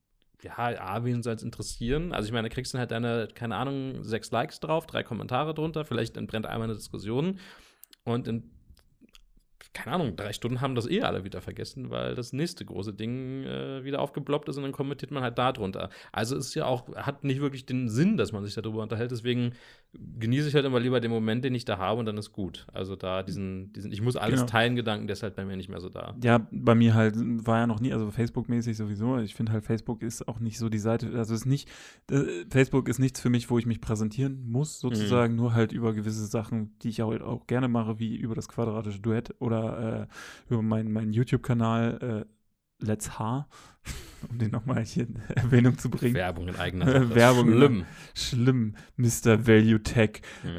wen soll es interessieren? Also ich meine, da kriegst du halt deine, keine Ahnung, 6 Likes drauf, 3 Kommentare drunter, vielleicht entbrennt einmal eine Diskussion und in keine Ahnung, 3 Stunden haben das alle wieder vergessen, weil das nächste große Ding wieder aufgeploppt ist und dann kommentiert man halt da drunter. Also es ist ja auch, hat nicht wirklich den Sinn, dass man sich darüber unterhält, deswegen genieße ich halt immer lieber den Moment, den ich da habe und dann ist gut. Also da diesen ich muss alles teilen Gedanken, der ist halt bei mir nicht mehr so da. Ja, bei mir halt war ja noch nie, also Facebook-mäßig sowieso, ich finde halt Facebook ist auch nicht so die Seite, also ist nicht, Facebook ist nichts für mich, wo ich mich präsentieren muss, sozusagen, nur halt über gewisse Sachen, die ich auch gerne mache, wie über das quadratische Duett oder über meinen YouTube-Kanal Let's Haar, um den nochmal hier in Erwähnung zu bringen. Werbung in eigener Sache. Werbung. Schlimm, Mr. Value Tech.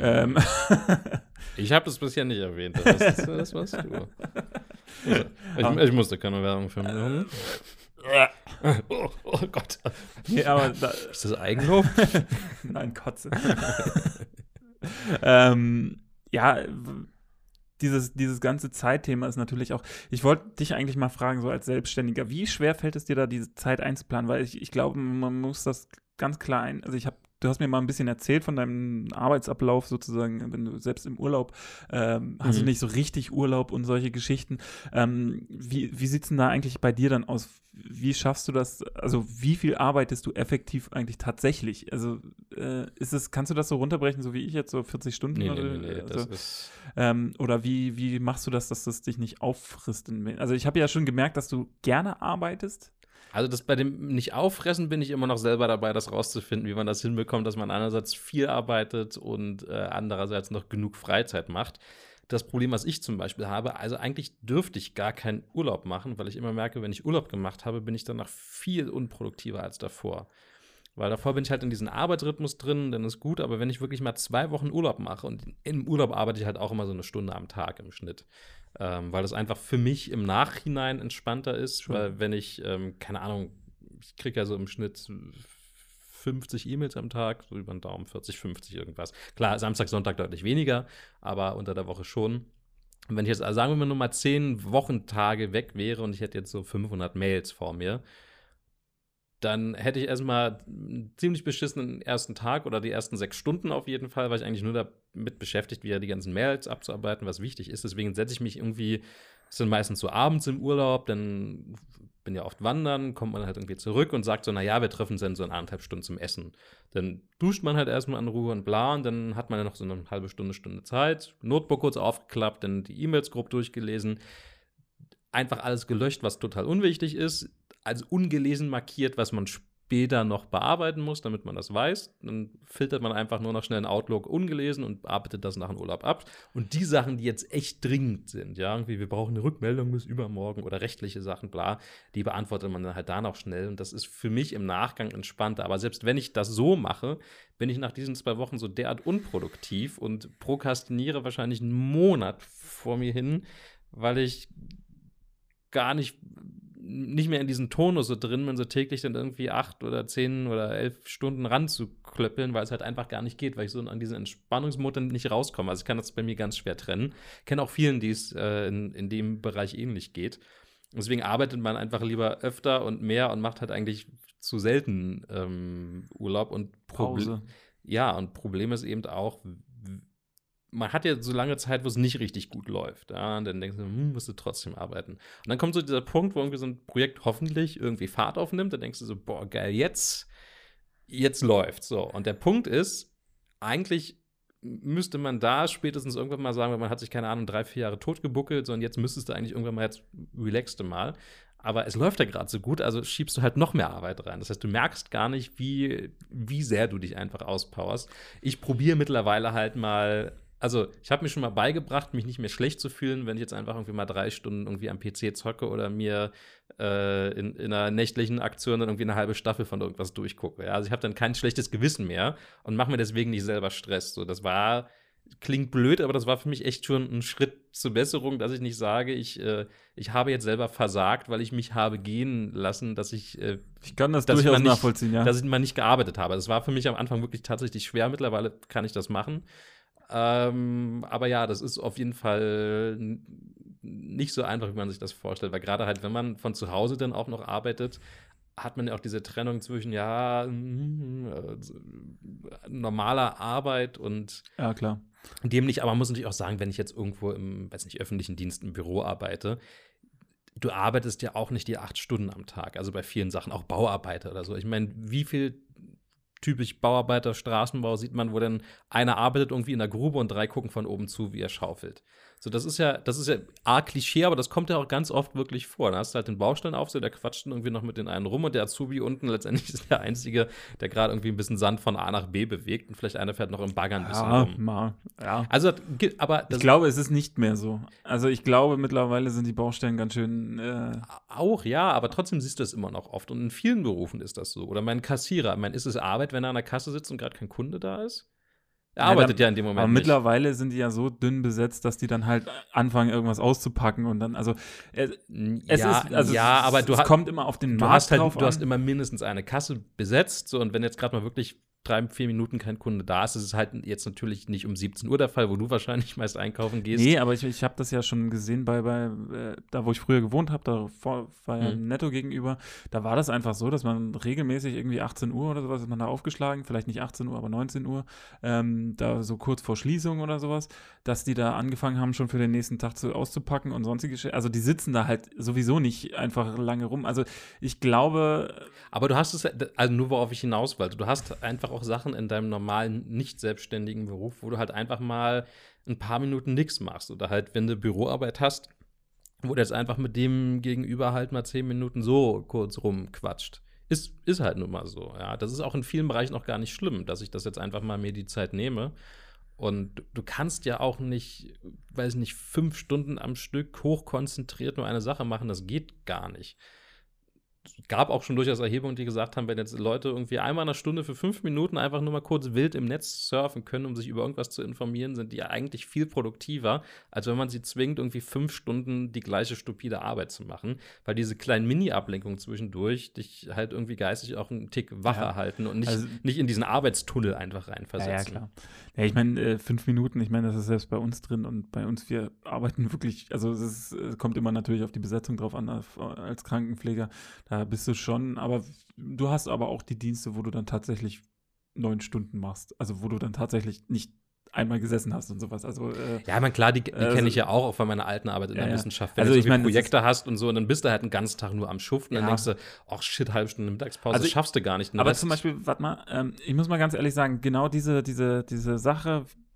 Ich habe das bisher nicht erwähnt. Das warst du. Ich musste keine Werbung für mich machen. Oh Gott. Nee, aber ist das Eigenlob? Nein, Kotze. Dieses ganze Zeitthema ist natürlich auch, ich wollte dich eigentlich mal fragen, so als Selbstständiger, wie schwer fällt es dir da, diese Zeit einzuplanen? Weil ich glaube, man muss das ganz klar du hast mir mal ein bisschen erzählt von deinem Arbeitsablauf sozusagen, wenn du selbst im Urlaub hast du nicht so richtig Urlaub und solche Geschichten. Wie sieht es denn da eigentlich bei dir dann aus? Wie schaffst du das? Also wie viel arbeitest du effektiv eigentlich tatsächlich? Also kannst du das so runterbrechen, so wie ich jetzt, so 40 Stunden? Nee, das ist oder wie machst du das, dass das dich nicht auffrisst? Also ich habe ja schon gemerkt, dass du gerne arbeitest. Also das bei dem nicht auffressen bin ich immer noch selber dabei, das rauszufinden, wie man das hinbekommt, dass man einerseits viel arbeitet und andererseits noch genug Freizeit macht. Das Problem, was ich zum Beispiel habe, also eigentlich dürfte ich gar keinen Urlaub machen, weil ich immer merke, wenn ich Urlaub gemacht habe, bin ich danach viel unproduktiver als davor. Weil davor bin ich halt in diesem Arbeitsrhythmus drin, dann ist gut, aber wenn ich wirklich mal 2 Wochen Urlaub mache und im Urlaub arbeite ich halt auch immer so 1 Stunde am Tag im Schnitt, weil das einfach für mich im Nachhinein entspannter ist, weil wenn ich, keine Ahnung, ich kriege ja so im Schnitt 50 E-Mails am Tag, so über den Daumen 40, 50 irgendwas. Klar, Samstag, Sonntag deutlich weniger, aber unter der Woche schon. Und wenn ich jetzt, also sagen wir mal, nur mal 10 Wochentage weg wäre und ich hätte jetzt so 500 Mails vor mir, dann hätte ich erstmal einen ziemlich beschissenen ersten Tag oder die ersten 6 Stunden auf jeden Fall, weil ich eigentlich nur damit beschäftigt wäre, die ganzen Mails abzuarbeiten, was wichtig ist. Deswegen setze ich mich irgendwie, das sind meistens so abends im Urlaub, dann bin ja oft wandern, kommt man halt irgendwie zurück und sagt so, naja, wir treffen uns dann so in 1,5 Stunden zum Essen. Dann duscht man halt erstmal in Ruhe und bla und dann hat man ja noch so eine halbe Stunde Zeit, Notebook kurz aufgeklappt, dann die E-Mails grob durchgelesen, einfach alles gelöscht, was total unwichtig ist, als ungelesen markiert, was man später noch bearbeiten muss, damit man das weiß. Dann filtert man einfach nur noch schnell in Outlook ungelesen und bearbeitet das nach dem Urlaub ab. Und die Sachen, die jetzt echt dringend sind, ja, irgendwie, wir brauchen eine Rückmeldung bis übermorgen oder rechtliche Sachen, bla, die beantwortet man dann halt da noch schnell. Und das ist für mich im Nachgang entspannter. Aber selbst wenn ich das so mache, bin ich nach diesen 2 Wochen so derart unproduktiv und prokrastiniere wahrscheinlich einen Monat vor mir hin, weil ich gar nicht mehr in diesen Tonus so drin bin, so täglich dann irgendwie 8 oder 10 oder 11 Stunden ranzuklöppeln, weil es halt einfach gar nicht geht, weil ich so an diesen Entspannungsmodus nicht rauskomme. Also ich kann das bei mir ganz schwer trennen. Ich kenne auch vielen, die es in dem Bereich ähnlich geht. Deswegen arbeitet man einfach lieber öfter und mehr und macht halt eigentlich zu selten Urlaub und Pause. Ja, und Problem ist eben auch, man hat ja so lange Zeit, wo es nicht richtig gut läuft. Ja? Und dann denkst du, musst du trotzdem arbeiten. Und dann kommt so dieser Punkt, wo irgendwie so ein Projekt hoffentlich irgendwie Fahrt aufnimmt. Dann denkst du so, boah, geil, jetzt läuft's. So. Und der Punkt ist, eigentlich müsste man da spätestens irgendwann mal sagen, weil man hat sich, keine Ahnung, 3-4 Jahre totgebuckelt, sondern jetzt müsstest du eigentlich irgendwann mal, jetzt relaxte mal. Aber es läuft ja gerade so gut, also schiebst du halt noch mehr Arbeit rein. Das heißt, du merkst gar nicht, wie sehr du dich einfach auspowerst. Ich probiere mittlerweile halt mal, also ich habe mir schon mal beigebracht, mich nicht mehr schlecht zu fühlen, wenn ich jetzt einfach irgendwie mal 3 Stunden irgendwie am PC zocke oder mir in einer nächtlichen Aktion dann irgendwie eine halbe Staffel von irgendwas durchgucke. Ja? Also ich habe dann kein schlechtes Gewissen mehr und mache mir deswegen nicht selber Stress. So, klingt blöd, aber das war für mich echt schon ein Schritt zur Besserung, dass ich nicht sage, ich habe jetzt selber versagt, weil ich mich habe gehen lassen, dass ich kann das durchaus nachvollziehen, ja. Dass ich mal nicht gearbeitet habe. Das war für mich am Anfang wirklich tatsächlich schwer. Mittlerweile kann ich das machen. Aber ja, das ist auf jeden Fall nicht so einfach, wie man sich das vorstellt, weil gerade halt, wenn man von zu Hause dann auch noch arbeitet, hat man ja auch diese Trennung zwischen, normaler Arbeit und ja, klar. Dem nicht, aber man muss natürlich auch sagen, wenn ich jetzt irgendwo im, öffentlichen Dienst im Büro arbeite, du arbeitest ja auch nicht die 8 Stunden am Tag, also bei vielen Sachen, auch Bauarbeiter oder so. Ich meine, wie viel typisch Bauarbeiter, Straßenbau sieht man, wo dann einer arbeitet irgendwie in der Grube und 3 gucken von oben zu, wie er schaufelt. So, das ist ja arg Klischee, aber das kommt ja auch ganz oft wirklich vor. Da hast du halt den Baustellenaufseher, der quatscht dann irgendwie noch mit den einen rum und der Azubi unten letztendlich ist der Einzige, der gerade irgendwie ein bisschen Sand von A nach B bewegt und vielleicht einer fährt noch im Bagger ein bisschen rum. Ja. Also, aber ich glaube, es ist nicht mehr so. Also ich glaube, mittlerweile sind die Baustellen ganz schön auch, ja, aber trotzdem siehst du es immer noch oft und in vielen Berufen ist das so. Oder mein Kassierer, ist es Arbeit, wenn er an der Kasse sitzt und gerade kein Kunde da ist? Er arbeitet ja in dem Moment aber nicht. Mittlerweile sind die ja so dünn besetzt, dass die dann halt anfangen, irgendwas auszupacken und dann, also es kommt immer auf den Markt drauf an. Du hast immer mindestens eine Kasse besetzt, so, und wenn jetzt gerade mal wirklich 3-4 Minuten kein Kunde da ist, ist es halt jetzt natürlich nicht um 17 Uhr der Fall, wo du wahrscheinlich meist einkaufen gehst. Nee, aber ich habe das ja schon gesehen bei da, wo ich früher gewohnt habe, da war ja Netto gegenüber, da war das einfach so, dass man regelmäßig irgendwie 18 Uhr oder sowas ist man da aufgeschlagen, vielleicht nicht 18 Uhr, aber 19 Uhr, da so kurz vor Schließung oder sowas, dass die da angefangen haben, schon für den nächsten Tag auszupacken und sonstige, also die sitzen da halt sowieso nicht einfach lange rum. Also ich glaube. Aber du hast es, also nur worauf ich hinaus wollte, du hast einfach auch Sachen in deinem normalen, nicht selbstständigen Beruf, wo du halt einfach mal ein paar Minuten nichts machst. Oder halt, wenn du Büroarbeit hast, wo du jetzt einfach mit dem Gegenüber halt mal 10 Minuten so kurz rumquatscht. Ist halt nun mal so, ja. Das ist auch in vielen Bereichen noch gar nicht schlimm, dass ich das jetzt einfach mal mir die Zeit nehme. Und du kannst ja auch nicht, 5 Stunden am Stück hochkonzentriert nur eine Sache machen, das geht gar nicht. Es gab auch schon durchaus Erhebungen, die gesagt haben, wenn jetzt Leute irgendwie einmal in einer Stunde für 5 Minuten einfach nur mal kurz wild im Netz surfen können, um sich über irgendwas zu informieren, sind die ja eigentlich viel produktiver, als wenn man sie zwingt, irgendwie 5 Stunden die gleiche stupide Arbeit zu machen, weil diese kleinen Mini-Ablenkungen zwischendurch dich halt irgendwie geistig auch einen Tick wacher halten und nicht in diesen Arbeitstunnel einfach reinversetzen. Ja, klar. Ja, ich meine, 5 Minuten, das ist selbst bei uns drin und bei uns, wir arbeiten wirklich, also es kommt immer natürlich auf die Besetzung drauf an, als Krankenpfleger, da bist du schon, aber du hast aber auch die Dienste, wo du dann tatsächlich 9 Stunden machst, also wo du dann tatsächlich nicht einmal gesessen hast und sowas. Also, ja, klar, die kenne ich ja auch von meiner alten Arbeit in der Wissenschaft. Wenn also du Projekte hast und so, und dann bist du halt einen ganzen Tag nur am Schuften, dann denkst du, ach shit, halbe Stunde Mittagspause, das schaffst du gar nicht. Aber zum Beispiel, warte mal, ich muss mal ganz ehrlich sagen, genau diese Sache,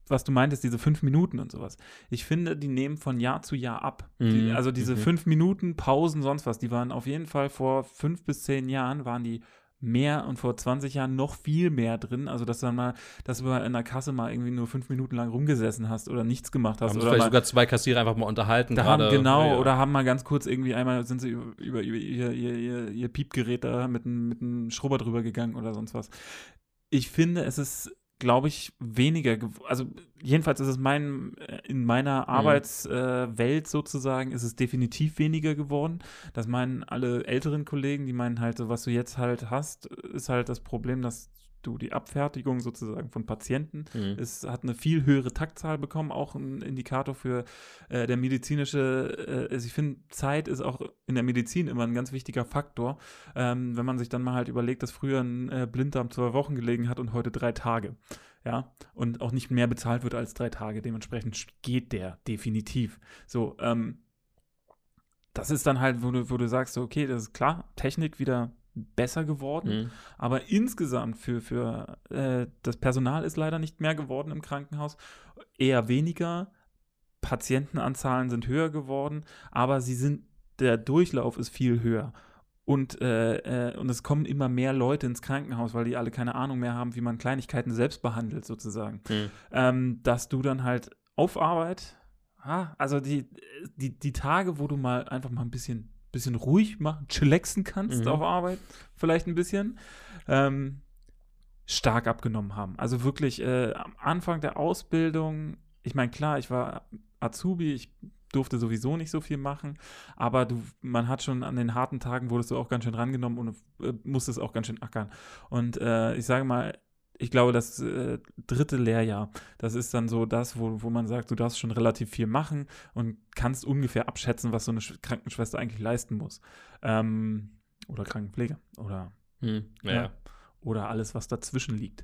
was du meintest, diese 5 Minuten und sowas. Ich finde, die nehmen von Jahr zu Jahr ab. Mhm. Also diese 5 Minuten, Pausen, sonst was, die waren auf jeden Fall vor 5 bis 10 Jahren, waren die mehr und vor 20 Jahren noch viel mehr drin. Also, dass du in der Kasse mal irgendwie nur 5 Minuten lang rumgesessen hast oder nichts gemacht hast. Haben oder vielleicht mal, sogar 2 Kassierer einfach mal unterhalten. da haben, ja. oder haben mal ganz kurz irgendwie einmal sind sie über ihr Piepgerät da mit einem Schrubber drüber gegangen oder sonst was. Ich finde, es ist, glaube ich, weniger, also jedenfalls ist es in meiner Arbeitswelt sozusagen, ist es definitiv weniger geworden. Das meinen alle älteren Kollegen, die meinen halt, so, was du jetzt halt hast, ist halt das Problem, dass du die Abfertigung sozusagen von Patienten, es hat eine viel höhere Taktzahl bekommen, auch ein Indikator für der medizinische, also ich finde, Zeit ist auch in der Medizin immer ein ganz wichtiger Faktor, wenn man sich dann mal halt überlegt, dass früher ein Blinddarm 2 Wochen gelegen hat und heute 3 Tage, ja, und auch nicht mehr bezahlt wird als 3 Tage, dementsprechend geht der definitiv, so, das ist dann halt, wo du sagst, so, okay, das ist klar, Technik wieder besser geworden, aber insgesamt für das Personal ist leider nicht mehr geworden im Krankenhaus, eher weniger, Patientenanzahlen sind höher geworden, aber der Durchlauf ist viel höher. Und es kommen immer mehr Leute ins Krankenhaus, weil die alle keine Ahnung mehr haben, wie man Kleinigkeiten selbst behandelt, sozusagen. Dass du dann halt auf Arbeit, also die Tage, wo du mal einfach mal ein bisschen ruhig machen, chillaxen kannst auf Arbeit, vielleicht ein bisschen, stark abgenommen haben. Also wirklich am Anfang der Ausbildung, ich meine, klar, ich war Azubi, ich durfte sowieso nicht so viel machen, aber man hat schon an den harten Tagen, wurdest du auch ganz schön rangenommen und musstest auch ganz schön ackern. Und ich sage mal, ich glaube, das 3. Lehrjahr, das ist dann so das, wo man sagt, du darfst schon relativ viel machen und kannst ungefähr abschätzen, was so eine Krankenschwester eigentlich leisten muss. Oder Krankenpfleger. Oder, oder alles, was dazwischen liegt.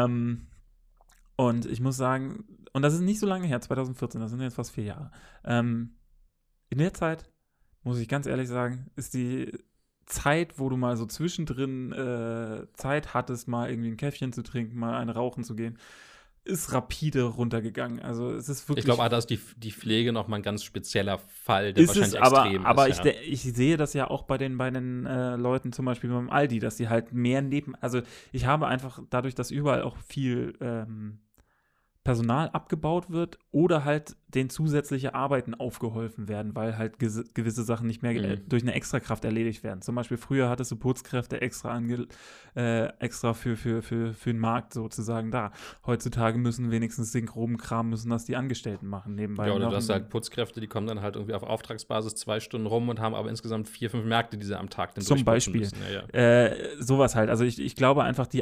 Und ich muss sagen, und das ist nicht so lange her, 2014, das sind jetzt fast 4 Jahre. In der Zeit, muss ich ganz ehrlich sagen, ist die Zeit, wo du mal so zwischendrin Zeit hattest, mal irgendwie ein Käffchen zu trinken, mal eine rauchen zu gehen, ist rapide runtergegangen. Also es ist wirklich. Ich glaube, da ist die Pflege noch mal ein ganz spezieller Fall, der wahrscheinlich extrem ist. Aber ich sehe das ja auch bei den Leuten, zum Beispiel beim Aldi, dass die halt mehr also ich habe einfach dadurch, dass überall auch viel Personal abgebaut wird oder halt den zusätzliche Arbeiten aufgeholfen werden, weil halt gewisse Sachen nicht mehr durch eine Extrakraft erledigt werden. Zum Beispiel früher hattest du Putzkräfte extra für den Markt sozusagen da. Heutzutage müssen wenigstens den groben Kram, müssen das die Angestellten machen nebenbei. Ja, oder du hast halt Putzkräfte, die kommen dann halt irgendwie auf Auftragsbasis 2 Stunden rum und haben aber insgesamt 4, 5 Märkte, die sie am Tag dann zum Beispiel müssen. sowas halt. Also ich glaube einfach, die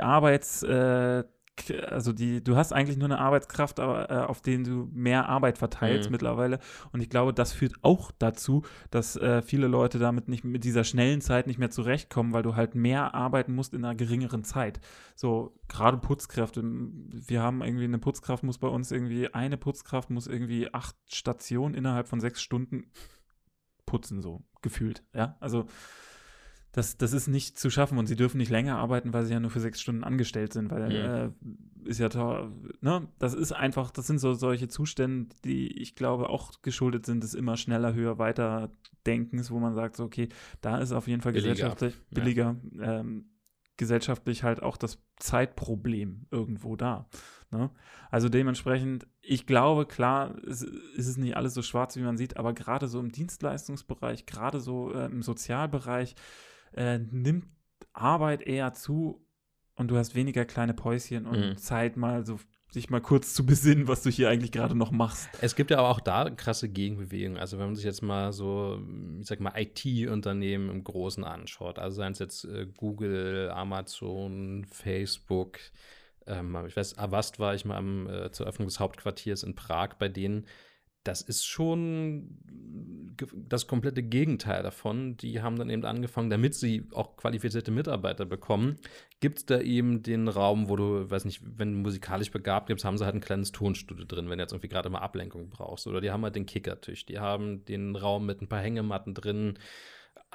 du hast eigentlich nur eine Arbeitskraft, aber auf denen du mehr Arbeit verteilst mittlerweile. Und ich glaube, das führt auch dazu, dass viele Leute damit nicht mit dieser schnellen Zeit nicht mehr zurechtkommen, weil du halt mehr arbeiten musst in einer geringeren Zeit. So, gerade Putzkräfte. Wir haben irgendwie eine Putzkraft muss bei uns irgendwie 8 Stationen innerhalb von 6 Stunden putzen, so gefühlt. Ja, also das ist nicht zu schaffen und sie dürfen nicht länger arbeiten, weil sie ja nur für 6 Stunden angestellt sind, weil ist ja toll, ne? Das ist einfach, das sind so solche Zustände, die ich glaube auch geschuldet sind des immer schneller, höher, weiter Denkens, wo man sagt, so, okay, da ist auf jeden Fall billiger, gesellschaftlich halt auch das Zeitproblem irgendwo da. Ne? Also dementsprechend, ich glaube, klar, ist es nicht alles so schwarz, wie man sieht, aber gerade so im Dienstleistungsbereich, gerade so im Sozialbereich, nimmt Arbeit eher zu und du hast weniger kleine Päuschen und Zeit mal so sich mal kurz zu besinnen, was du hier eigentlich gerade noch machst. Es gibt ja aber auch da krasse Gegenbewegungen. Also wenn man sich jetzt mal so, ich sag mal, IT-Unternehmen im Großen anschaut, also seien es jetzt Google, Amazon, Facebook, ich weiß, Avast war ich mal zur Eröffnung des Hauptquartiers in Prag bei denen. Das ist schon das komplette Gegenteil davon. Die haben dann eben angefangen, damit sie auch qualifizierte Mitarbeiter bekommen, gibt es da eben den Raum, wo du, weiß nicht, wenn du musikalisch begabt bist, haben sie halt ein kleines Tonstudio drin, wenn du jetzt irgendwie gerade mal Ablenkung brauchst. Oder die haben halt den Kickertisch, die haben den Raum mit ein paar Hängematten drin.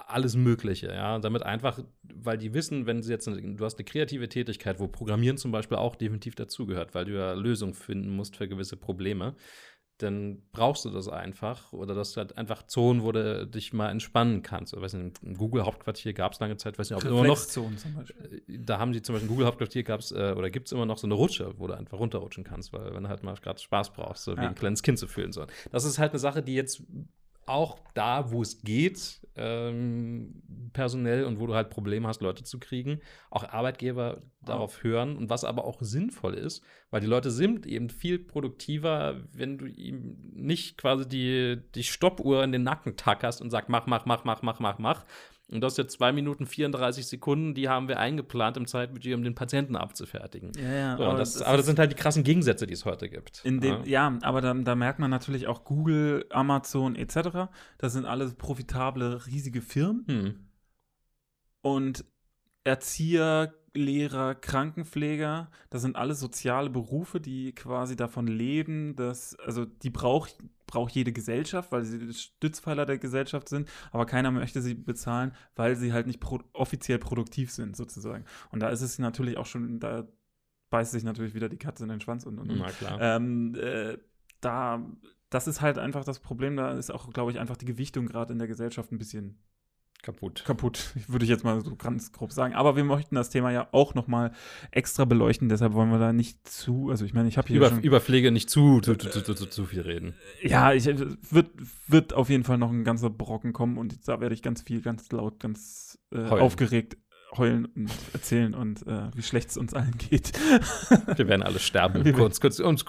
alles Mögliche, ja. Damit einfach, weil die wissen, wenn sie jetzt, du hast eine kreative Tätigkeit, wo Programmieren zum Beispiel auch definitiv dazugehört, weil du ja Lösungen finden musst für gewisse Probleme, dann brauchst du das einfach. Oder das halt einfach Zonen, wo du dich mal entspannen kannst. Ich weiß nicht, im Google-Hauptquartier gab es lange Zeit, weiß nicht, ob immer noch. Reflexzonen zum Beispiel. Da haben sie zum Beispiel im Google-Hauptquartier oder gibt es immer noch so eine Rutsche, wo du einfach runterrutschen kannst, weil wenn du halt mal gerade Spaß brauchst, so wie ein kleines Kind zu fühlen soll. Das ist halt eine Sache, die jetzt auch da, wo es geht, personell und wo du halt Probleme hast, Leute zu kriegen, auch Arbeitgeber darauf hören und was aber auch sinnvoll ist, weil die Leute sind eben viel produktiver, wenn du ihm nicht quasi die Stoppuhr in den Nacken tackerst und sagst, mach. Und das jetzt 2 Minuten 34 Sekunden, die haben wir eingeplant im Zeitbudget, um den Patienten abzufertigen. Ja, so, aber das sind halt die krassen Gegensätze, die es heute gibt. Aber da merkt man natürlich auch Google, Amazon etc. Das sind alles profitable, riesige Firmen. Und Erzieher, Lehrer, Krankenpfleger, das sind alles soziale Berufe, die quasi davon leben, die braucht jede Gesellschaft, weil sie Stützpfeiler der Gesellschaft sind, aber keiner möchte sie bezahlen, weil sie halt nicht offiziell produktiv sind, sozusagen. Und da ist es natürlich auch schon, da beißt sich natürlich wieder die Katze in den Schwanz und. Na klar. Das ist halt einfach das Problem, da ist auch, glaube ich, einfach die Gewichtung gerade in der Gesellschaft ein bisschen kaputt, würde ich jetzt mal so ganz grob sagen. Aber wir möchten das Thema ja auch noch mal extra beleuchten, deshalb wollen wir da nicht also ich meine, ich habe hier über Pflege nicht zu viel reden. Ja, wird auf jeden Fall noch ein ganzer Brocken kommen und da werde ich ganz laut, ganz aufgeregt heulen und erzählen und wie schlecht es uns allen geht. Wir werden alle sterben. kurz.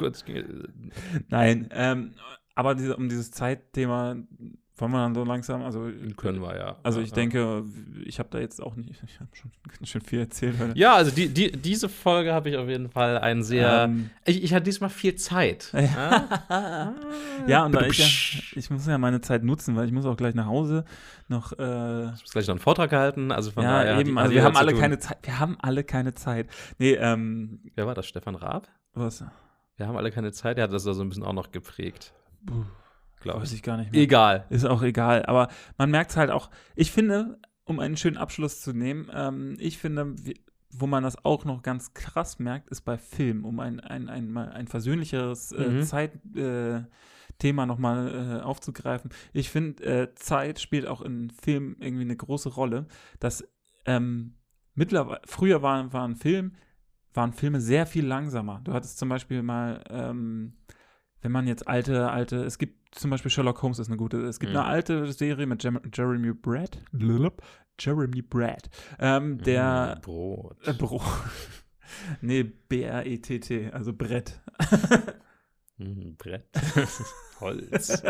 Nein, aber um dieses Zeitthema wollen wir dann so langsam, können wir ja. Also ich denke, ich habe da jetzt auch nicht, ich habe schon ganz schön viel erzählt. Ja, also diese Folge habe ich auf jeden Fall einen sehr, ich hatte diesmal viel Zeit. Ja, und ich muss ja meine Zeit nutzen, weil ich muss auch gleich nach Hause noch. Du musst gleich noch einen Vortrag halten, also von daher. Eben, also wir haben alle keine Zeit. Wir haben alle keine Zeit. Nee, wer war das, Stefan Raab? Was? Wir haben alle keine Zeit, der hat das da so ein bisschen auch noch geprägt. Weiß ich gar nicht mehr. Egal. Ist auch egal. Aber man merkt es halt auch. Ich finde, um einen schönen Abschluss zu nehmen, ich finde, wo man das auch noch ganz krass merkt, ist bei Film, um ein versöhnlicheres Thema nochmal aufzugreifen. Ich finde, Zeit spielt auch in Filmen irgendwie eine große Rolle. Dass früher waren Filme sehr viel langsamer. Du hattest zum Beispiel mal wenn man jetzt alte, es gibt zum Beispiel Sherlock Holmes ist eine gute, es gibt eine alte Serie mit Jeremy Brett, der Brot. Nee, B-R-E-T-T, also Brett. Brett. Holz.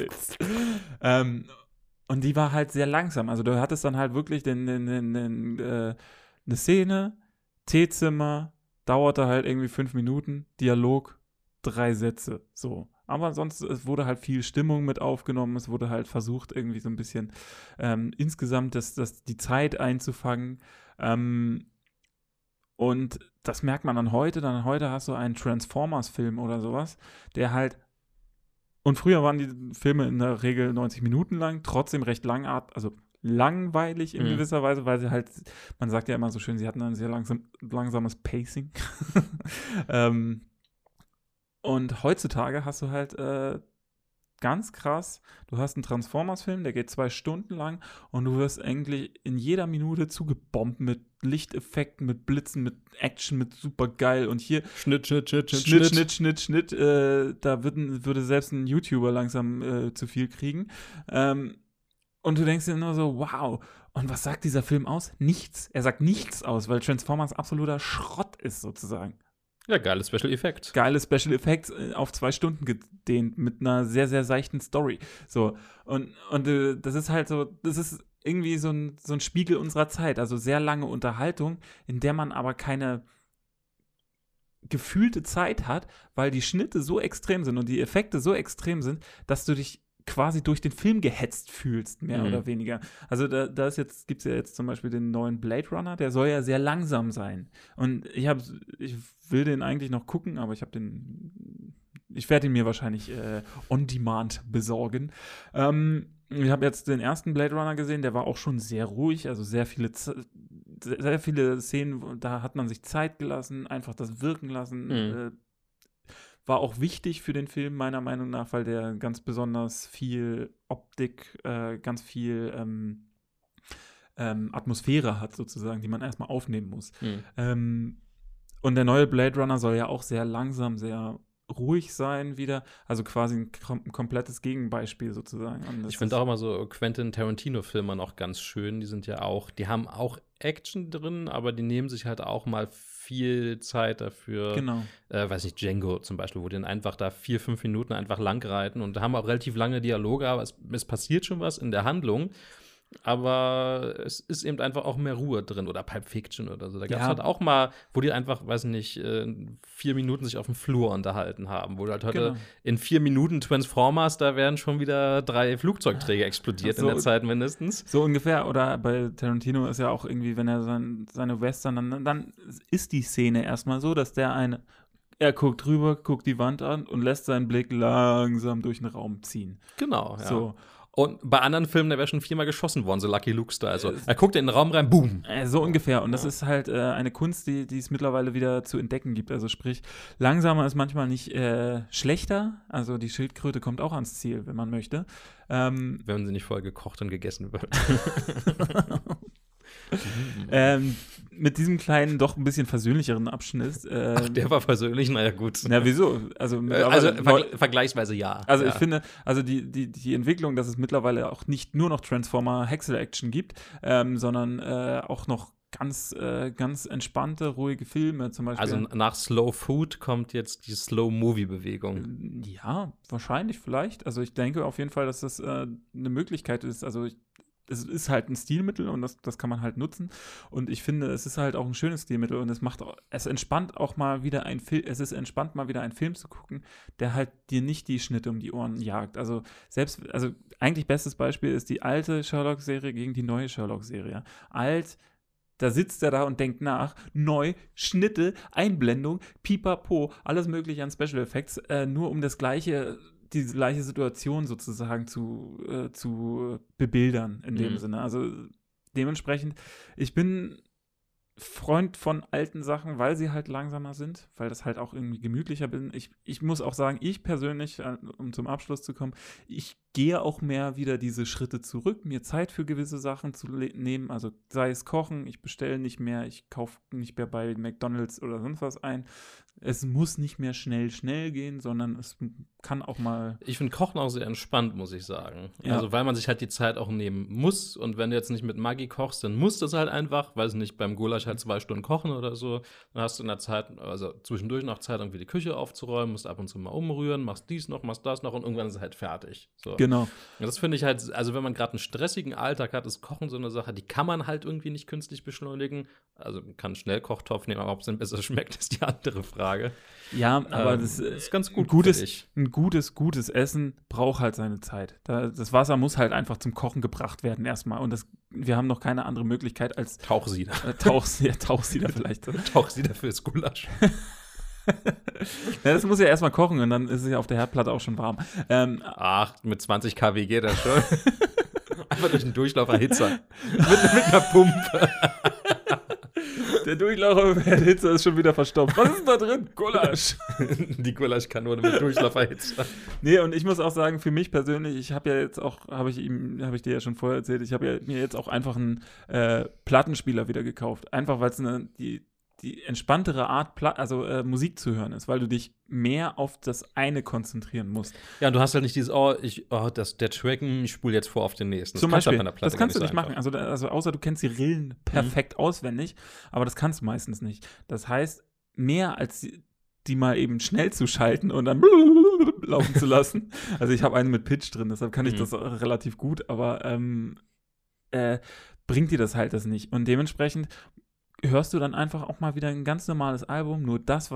Und die war halt sehr langsam. Also du hattest dann halt wirklich eine Szene, Teezimmer, dauerte halt irgendwie 5 Minuten, Dialog, 3 Sätze, so. Aber sonst, es wurde halt viel Stimmung mit aufgenommen, es wurde halt versucht, irgendwie so ein bisschen insgesamt die Zeit einzufangen. Und das merkt man dann heute. Dann heute hast du einen Transformers-Film oder sowas, der halt, und früher waren die Filme in der Regel 90 Minuten lang, trotzdem recht langweilig in gewisser Weise, weil sie halt, man sagt ja immer so schön, sie hatten ein sehr langsames Pacing. Und heutzutage hast du halt ganz krass, du hast einen Transformers-Film, der geht 2 Stunden lang und du wirst eigentlich in jeder Minute zugebombt mit Lichteffekten, mit Blitzen, mit Action, mit super geil und hier Schnitt. Da würde selbst ein YouTuber langsam zu viel kriegen. Und du denkst dir nur so, wow. Und was sagt dieser Film aus? Nichts. Er sagt nichts aus, weil Transformers absoluter Schrott ist sozusagen. Ja, geile Special Effects. Geile Special Effects auf 2 Stunden gedehnt mit einer sehr, sehr seichten Story. So. Und das ist halt so, das ist irgendwie so ein Spiegel unserer Zeit. Also sehr lange Unterhaltung, in der man aber keine gefühlte Zeit hat, weil die Schnitte so extrem sind und die Effekte so extrem sind, dass du dich quasi durch den Film gehetzt fühlst, mehr oder weniger. Also gibt es ja jetzt zum Beispiel den neuen Blade Runner, der soll ja sehr langsam sein. Und ich will den eigentlich noch gucken, aber ich werde ihn mir wahrscheinlich on demand besorgen. Ich habe jetzt den ersten Blade Runner gesehen, der war auch schon sehr ruhig, also sehr viele Szenen, da hat man sich Zeit gelassen, einfach das wirken lassen. War auch wichtig für den Film, meiner Meinung nach, weil der ganz besonders viel Optik, ganz viel Atmosphäre hat, sozusagen, die man erstmal aufnehmen muss. Und der neue Blade Runner soll ja auch sehr langsam, sehr ruhig sein wieder. Also quasi ein komplettes Gegenbeispiel sozusagen. Ich finde auch immer so Quentin Tarantino-Filme noch ganz schön. Die haben auch Action drin, aber die nehmen sich halt auch mal viel Zeit dafür. Genau. Weiß nicht, Django zum Beispiel, wo die dann einfach da 4-5 Minuten einfach lang reiten und da haben auch relativ lange Dialoge, aber es passiert schon was in der Handlung. Aber es ist eben einfach auch mehr Ruhe drin oder Pulp Fiction oder so. Da gab es halt auch mal, wo die einfach, weiß nicht, 4 Minuten sich auf dem Flur unterhalten haben. Wo du halt heute in 4 Minuten Transformers, da werden schon wieder 3 Flugzeugträger explodiert so, in der Zeit mindestens. So ungefähr. Oder bei Tarantino ist ja auch irgendwie, wenn er seine Western, dann ist die Szene erstmal so, dass er guckt rüber, guckt die Wand an und lässt seinen Blick langsam durch den Raum ziehen. Genau, ja. So. Und bei anderen Filmen, da wäre schon 4-mal geschossen worden, so Lucky Luke-Style. Also, er guckt in den Raum rein, boom. So ungefähr. Und das ist halt eine Kunst, die es mittlerweile wieder zu entdecken gibt. Also sprich, langsamer ist manchmal nicht schlechter. Also die Schildkröte kommt auch ans Ziel, wenn man möchte. Wenn sie nicht vorher gekocht und gegessen wird. Mit diesem kleinen, doch ein bisschen versöhnlicheren Abschnitt. Ach, der war versöhnlich? Naja, gut. Na, wieso? Also vergleichsweise ja. Also ich finde, also die Entwicklung, dass es mittlerweile auch nicht nur noch Transformer-Häcksel-Action gibt, sondern auch noch ganz entspannte, ruhige Filme zum Beispiel. Also nach Slow Food kommt jetzt die Slow-Movie-Bewegung. Ja, wahrscheinlich, vielleicht. Also ich denke auf jeden Fall, dass das eine Möglichkeit ist. Also es ist halt ein Stilmittel und das kann man halt nutzen. Und ich finde, es ist halt auch ein schönes Stilmittel und es entspannt auch mal wieder es ist entspannt, mal wieder einen Film zu gucken, der halt dir nicht die Schnitte um die Ohren jagt. Also eigentlich bestes Beispiel ist die alte Sherlock-Serie gegen die neue Sherlock-Serie. Da sitzt er da und denkt nach, neu, Schnitte, Einblendung, pipapo, alles mögliche an Special Effects, nur um die gleiche Situation sozusagen zu bebildern in dem Sinne. Also dementsprechend, ich bin Freund von alten Sachen, weil sie halt langsamer sind, weil das halt auch irgendwie gemütlicher bin. Ich muss auch sagen, ich persönlich, um zum Abschluss zu kommen, ich gehe auch mehr wieder diese Schritte zurück, mir Zeit für gewisse Sachen zu nehmen, also sei es Kochen, ich bestelle nicht mehr, ich kaufe nicht mehr bei McDonald's oder sonst was ein. Es muss nicht mehr schnell gehen, sondern es kann auch mal. Ich finde Kochen auch sehr entspannt, muss ich sagen. Ja. Also, weil man sich halt die Zeit auch nehmen muss. Und wenn du jetzt nicht mit Maggi kochst, dann musst du es halt einfach, weiß nicht, beim Gulasch halt 2 Stunden kochen oder so. Dann hast du in der Zeit, also zwischendurch noch Zeit, irgendwie die Küche aufzuräumen, musst ab und zu mal umrühren, machst dies noch, machst das noch und irgendwann ist es halt fertig. So. Genau. Und das finde ich halt, also wenn man gerade einen stressigen Alltag hat, ist Kochen so eine Sache, die kann man halt irgendwie nicht künstlich beschleunigen. Also man kann einen Schnellkochtopf nehmen, aber ob es dann besser schmeckt, ist die andere Frage. Ja, aber das ist ganz gut. Ein gutes Essen braucht halt seine Zeit. Das Wasser muss halt einfach zum Kochen gebracht werden erstmal. Und wir haben noch keine andere Möglichkeit als Tauchsieder. Tauchsieder vielleicht. Tauchsieder fürs Gulasch. Ja, das muss ja erstmal kochen und dann ist es ja auf der Herdplatte auch schon warm. Mit 20 kW geht das schon. Einfach durch den Durchlauferhitzer. mit einer Pumpe. Der Durchlauferhitzer ist schon wieder verstopft. Was ist denn da drin? Gulasch. Die Gulaschkanone mit Durchlauferhitzer. Nee, und ich muss auch sagen, für mich persönlich, ich habe ja jetzt auch, habe ich dir ja schon vorher erzählt, ich habe ja mir jetzt auch einfach einen Plattenspieler wieder gekauft. Einfach, weil es die entspanntere Art, Musik zu hören ist, weil du dich mehr auf das eine konzentrieren musst. Ja, und du hast halt nicht dieses, der Track, ich spule jetzt vor auf den nächsten. Zum Beispiel, das kannst du nicht machen. Also außer du kennst die Rillen perfekt auswendig, aber das kannst du meistens nicht. Das heißt, mehr als die mal eben schnell zu schalten und dann laufen zu lassen. Also ich habe einen mit Pitch drin, deshalb kann ich das relativ gut, aber bringt dir das halt das nicht. Und dementsprechend hörst du dann einfach auch mal wieder ein ganz normales Album, nur das,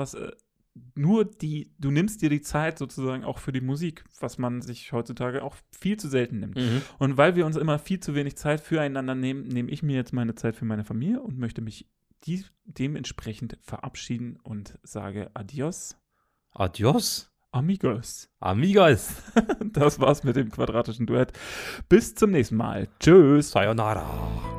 du nimmst dir die Zeit sozusagen auch für die Musik, was man sich heutzutage auch viel zu selten nimmt. Und weil wir uns immer viel zu wenig Zeit füreinander nehmen, nehme ich mir jetzt meine Zeit für meine Familie und möchte mich dementsprechend verabschieden und sage Adios. Adios? Amigos. Amigos. Das war's mit dem quadratischen Duett. Bis zum nächsten Mal. Tschüss. Sayonara.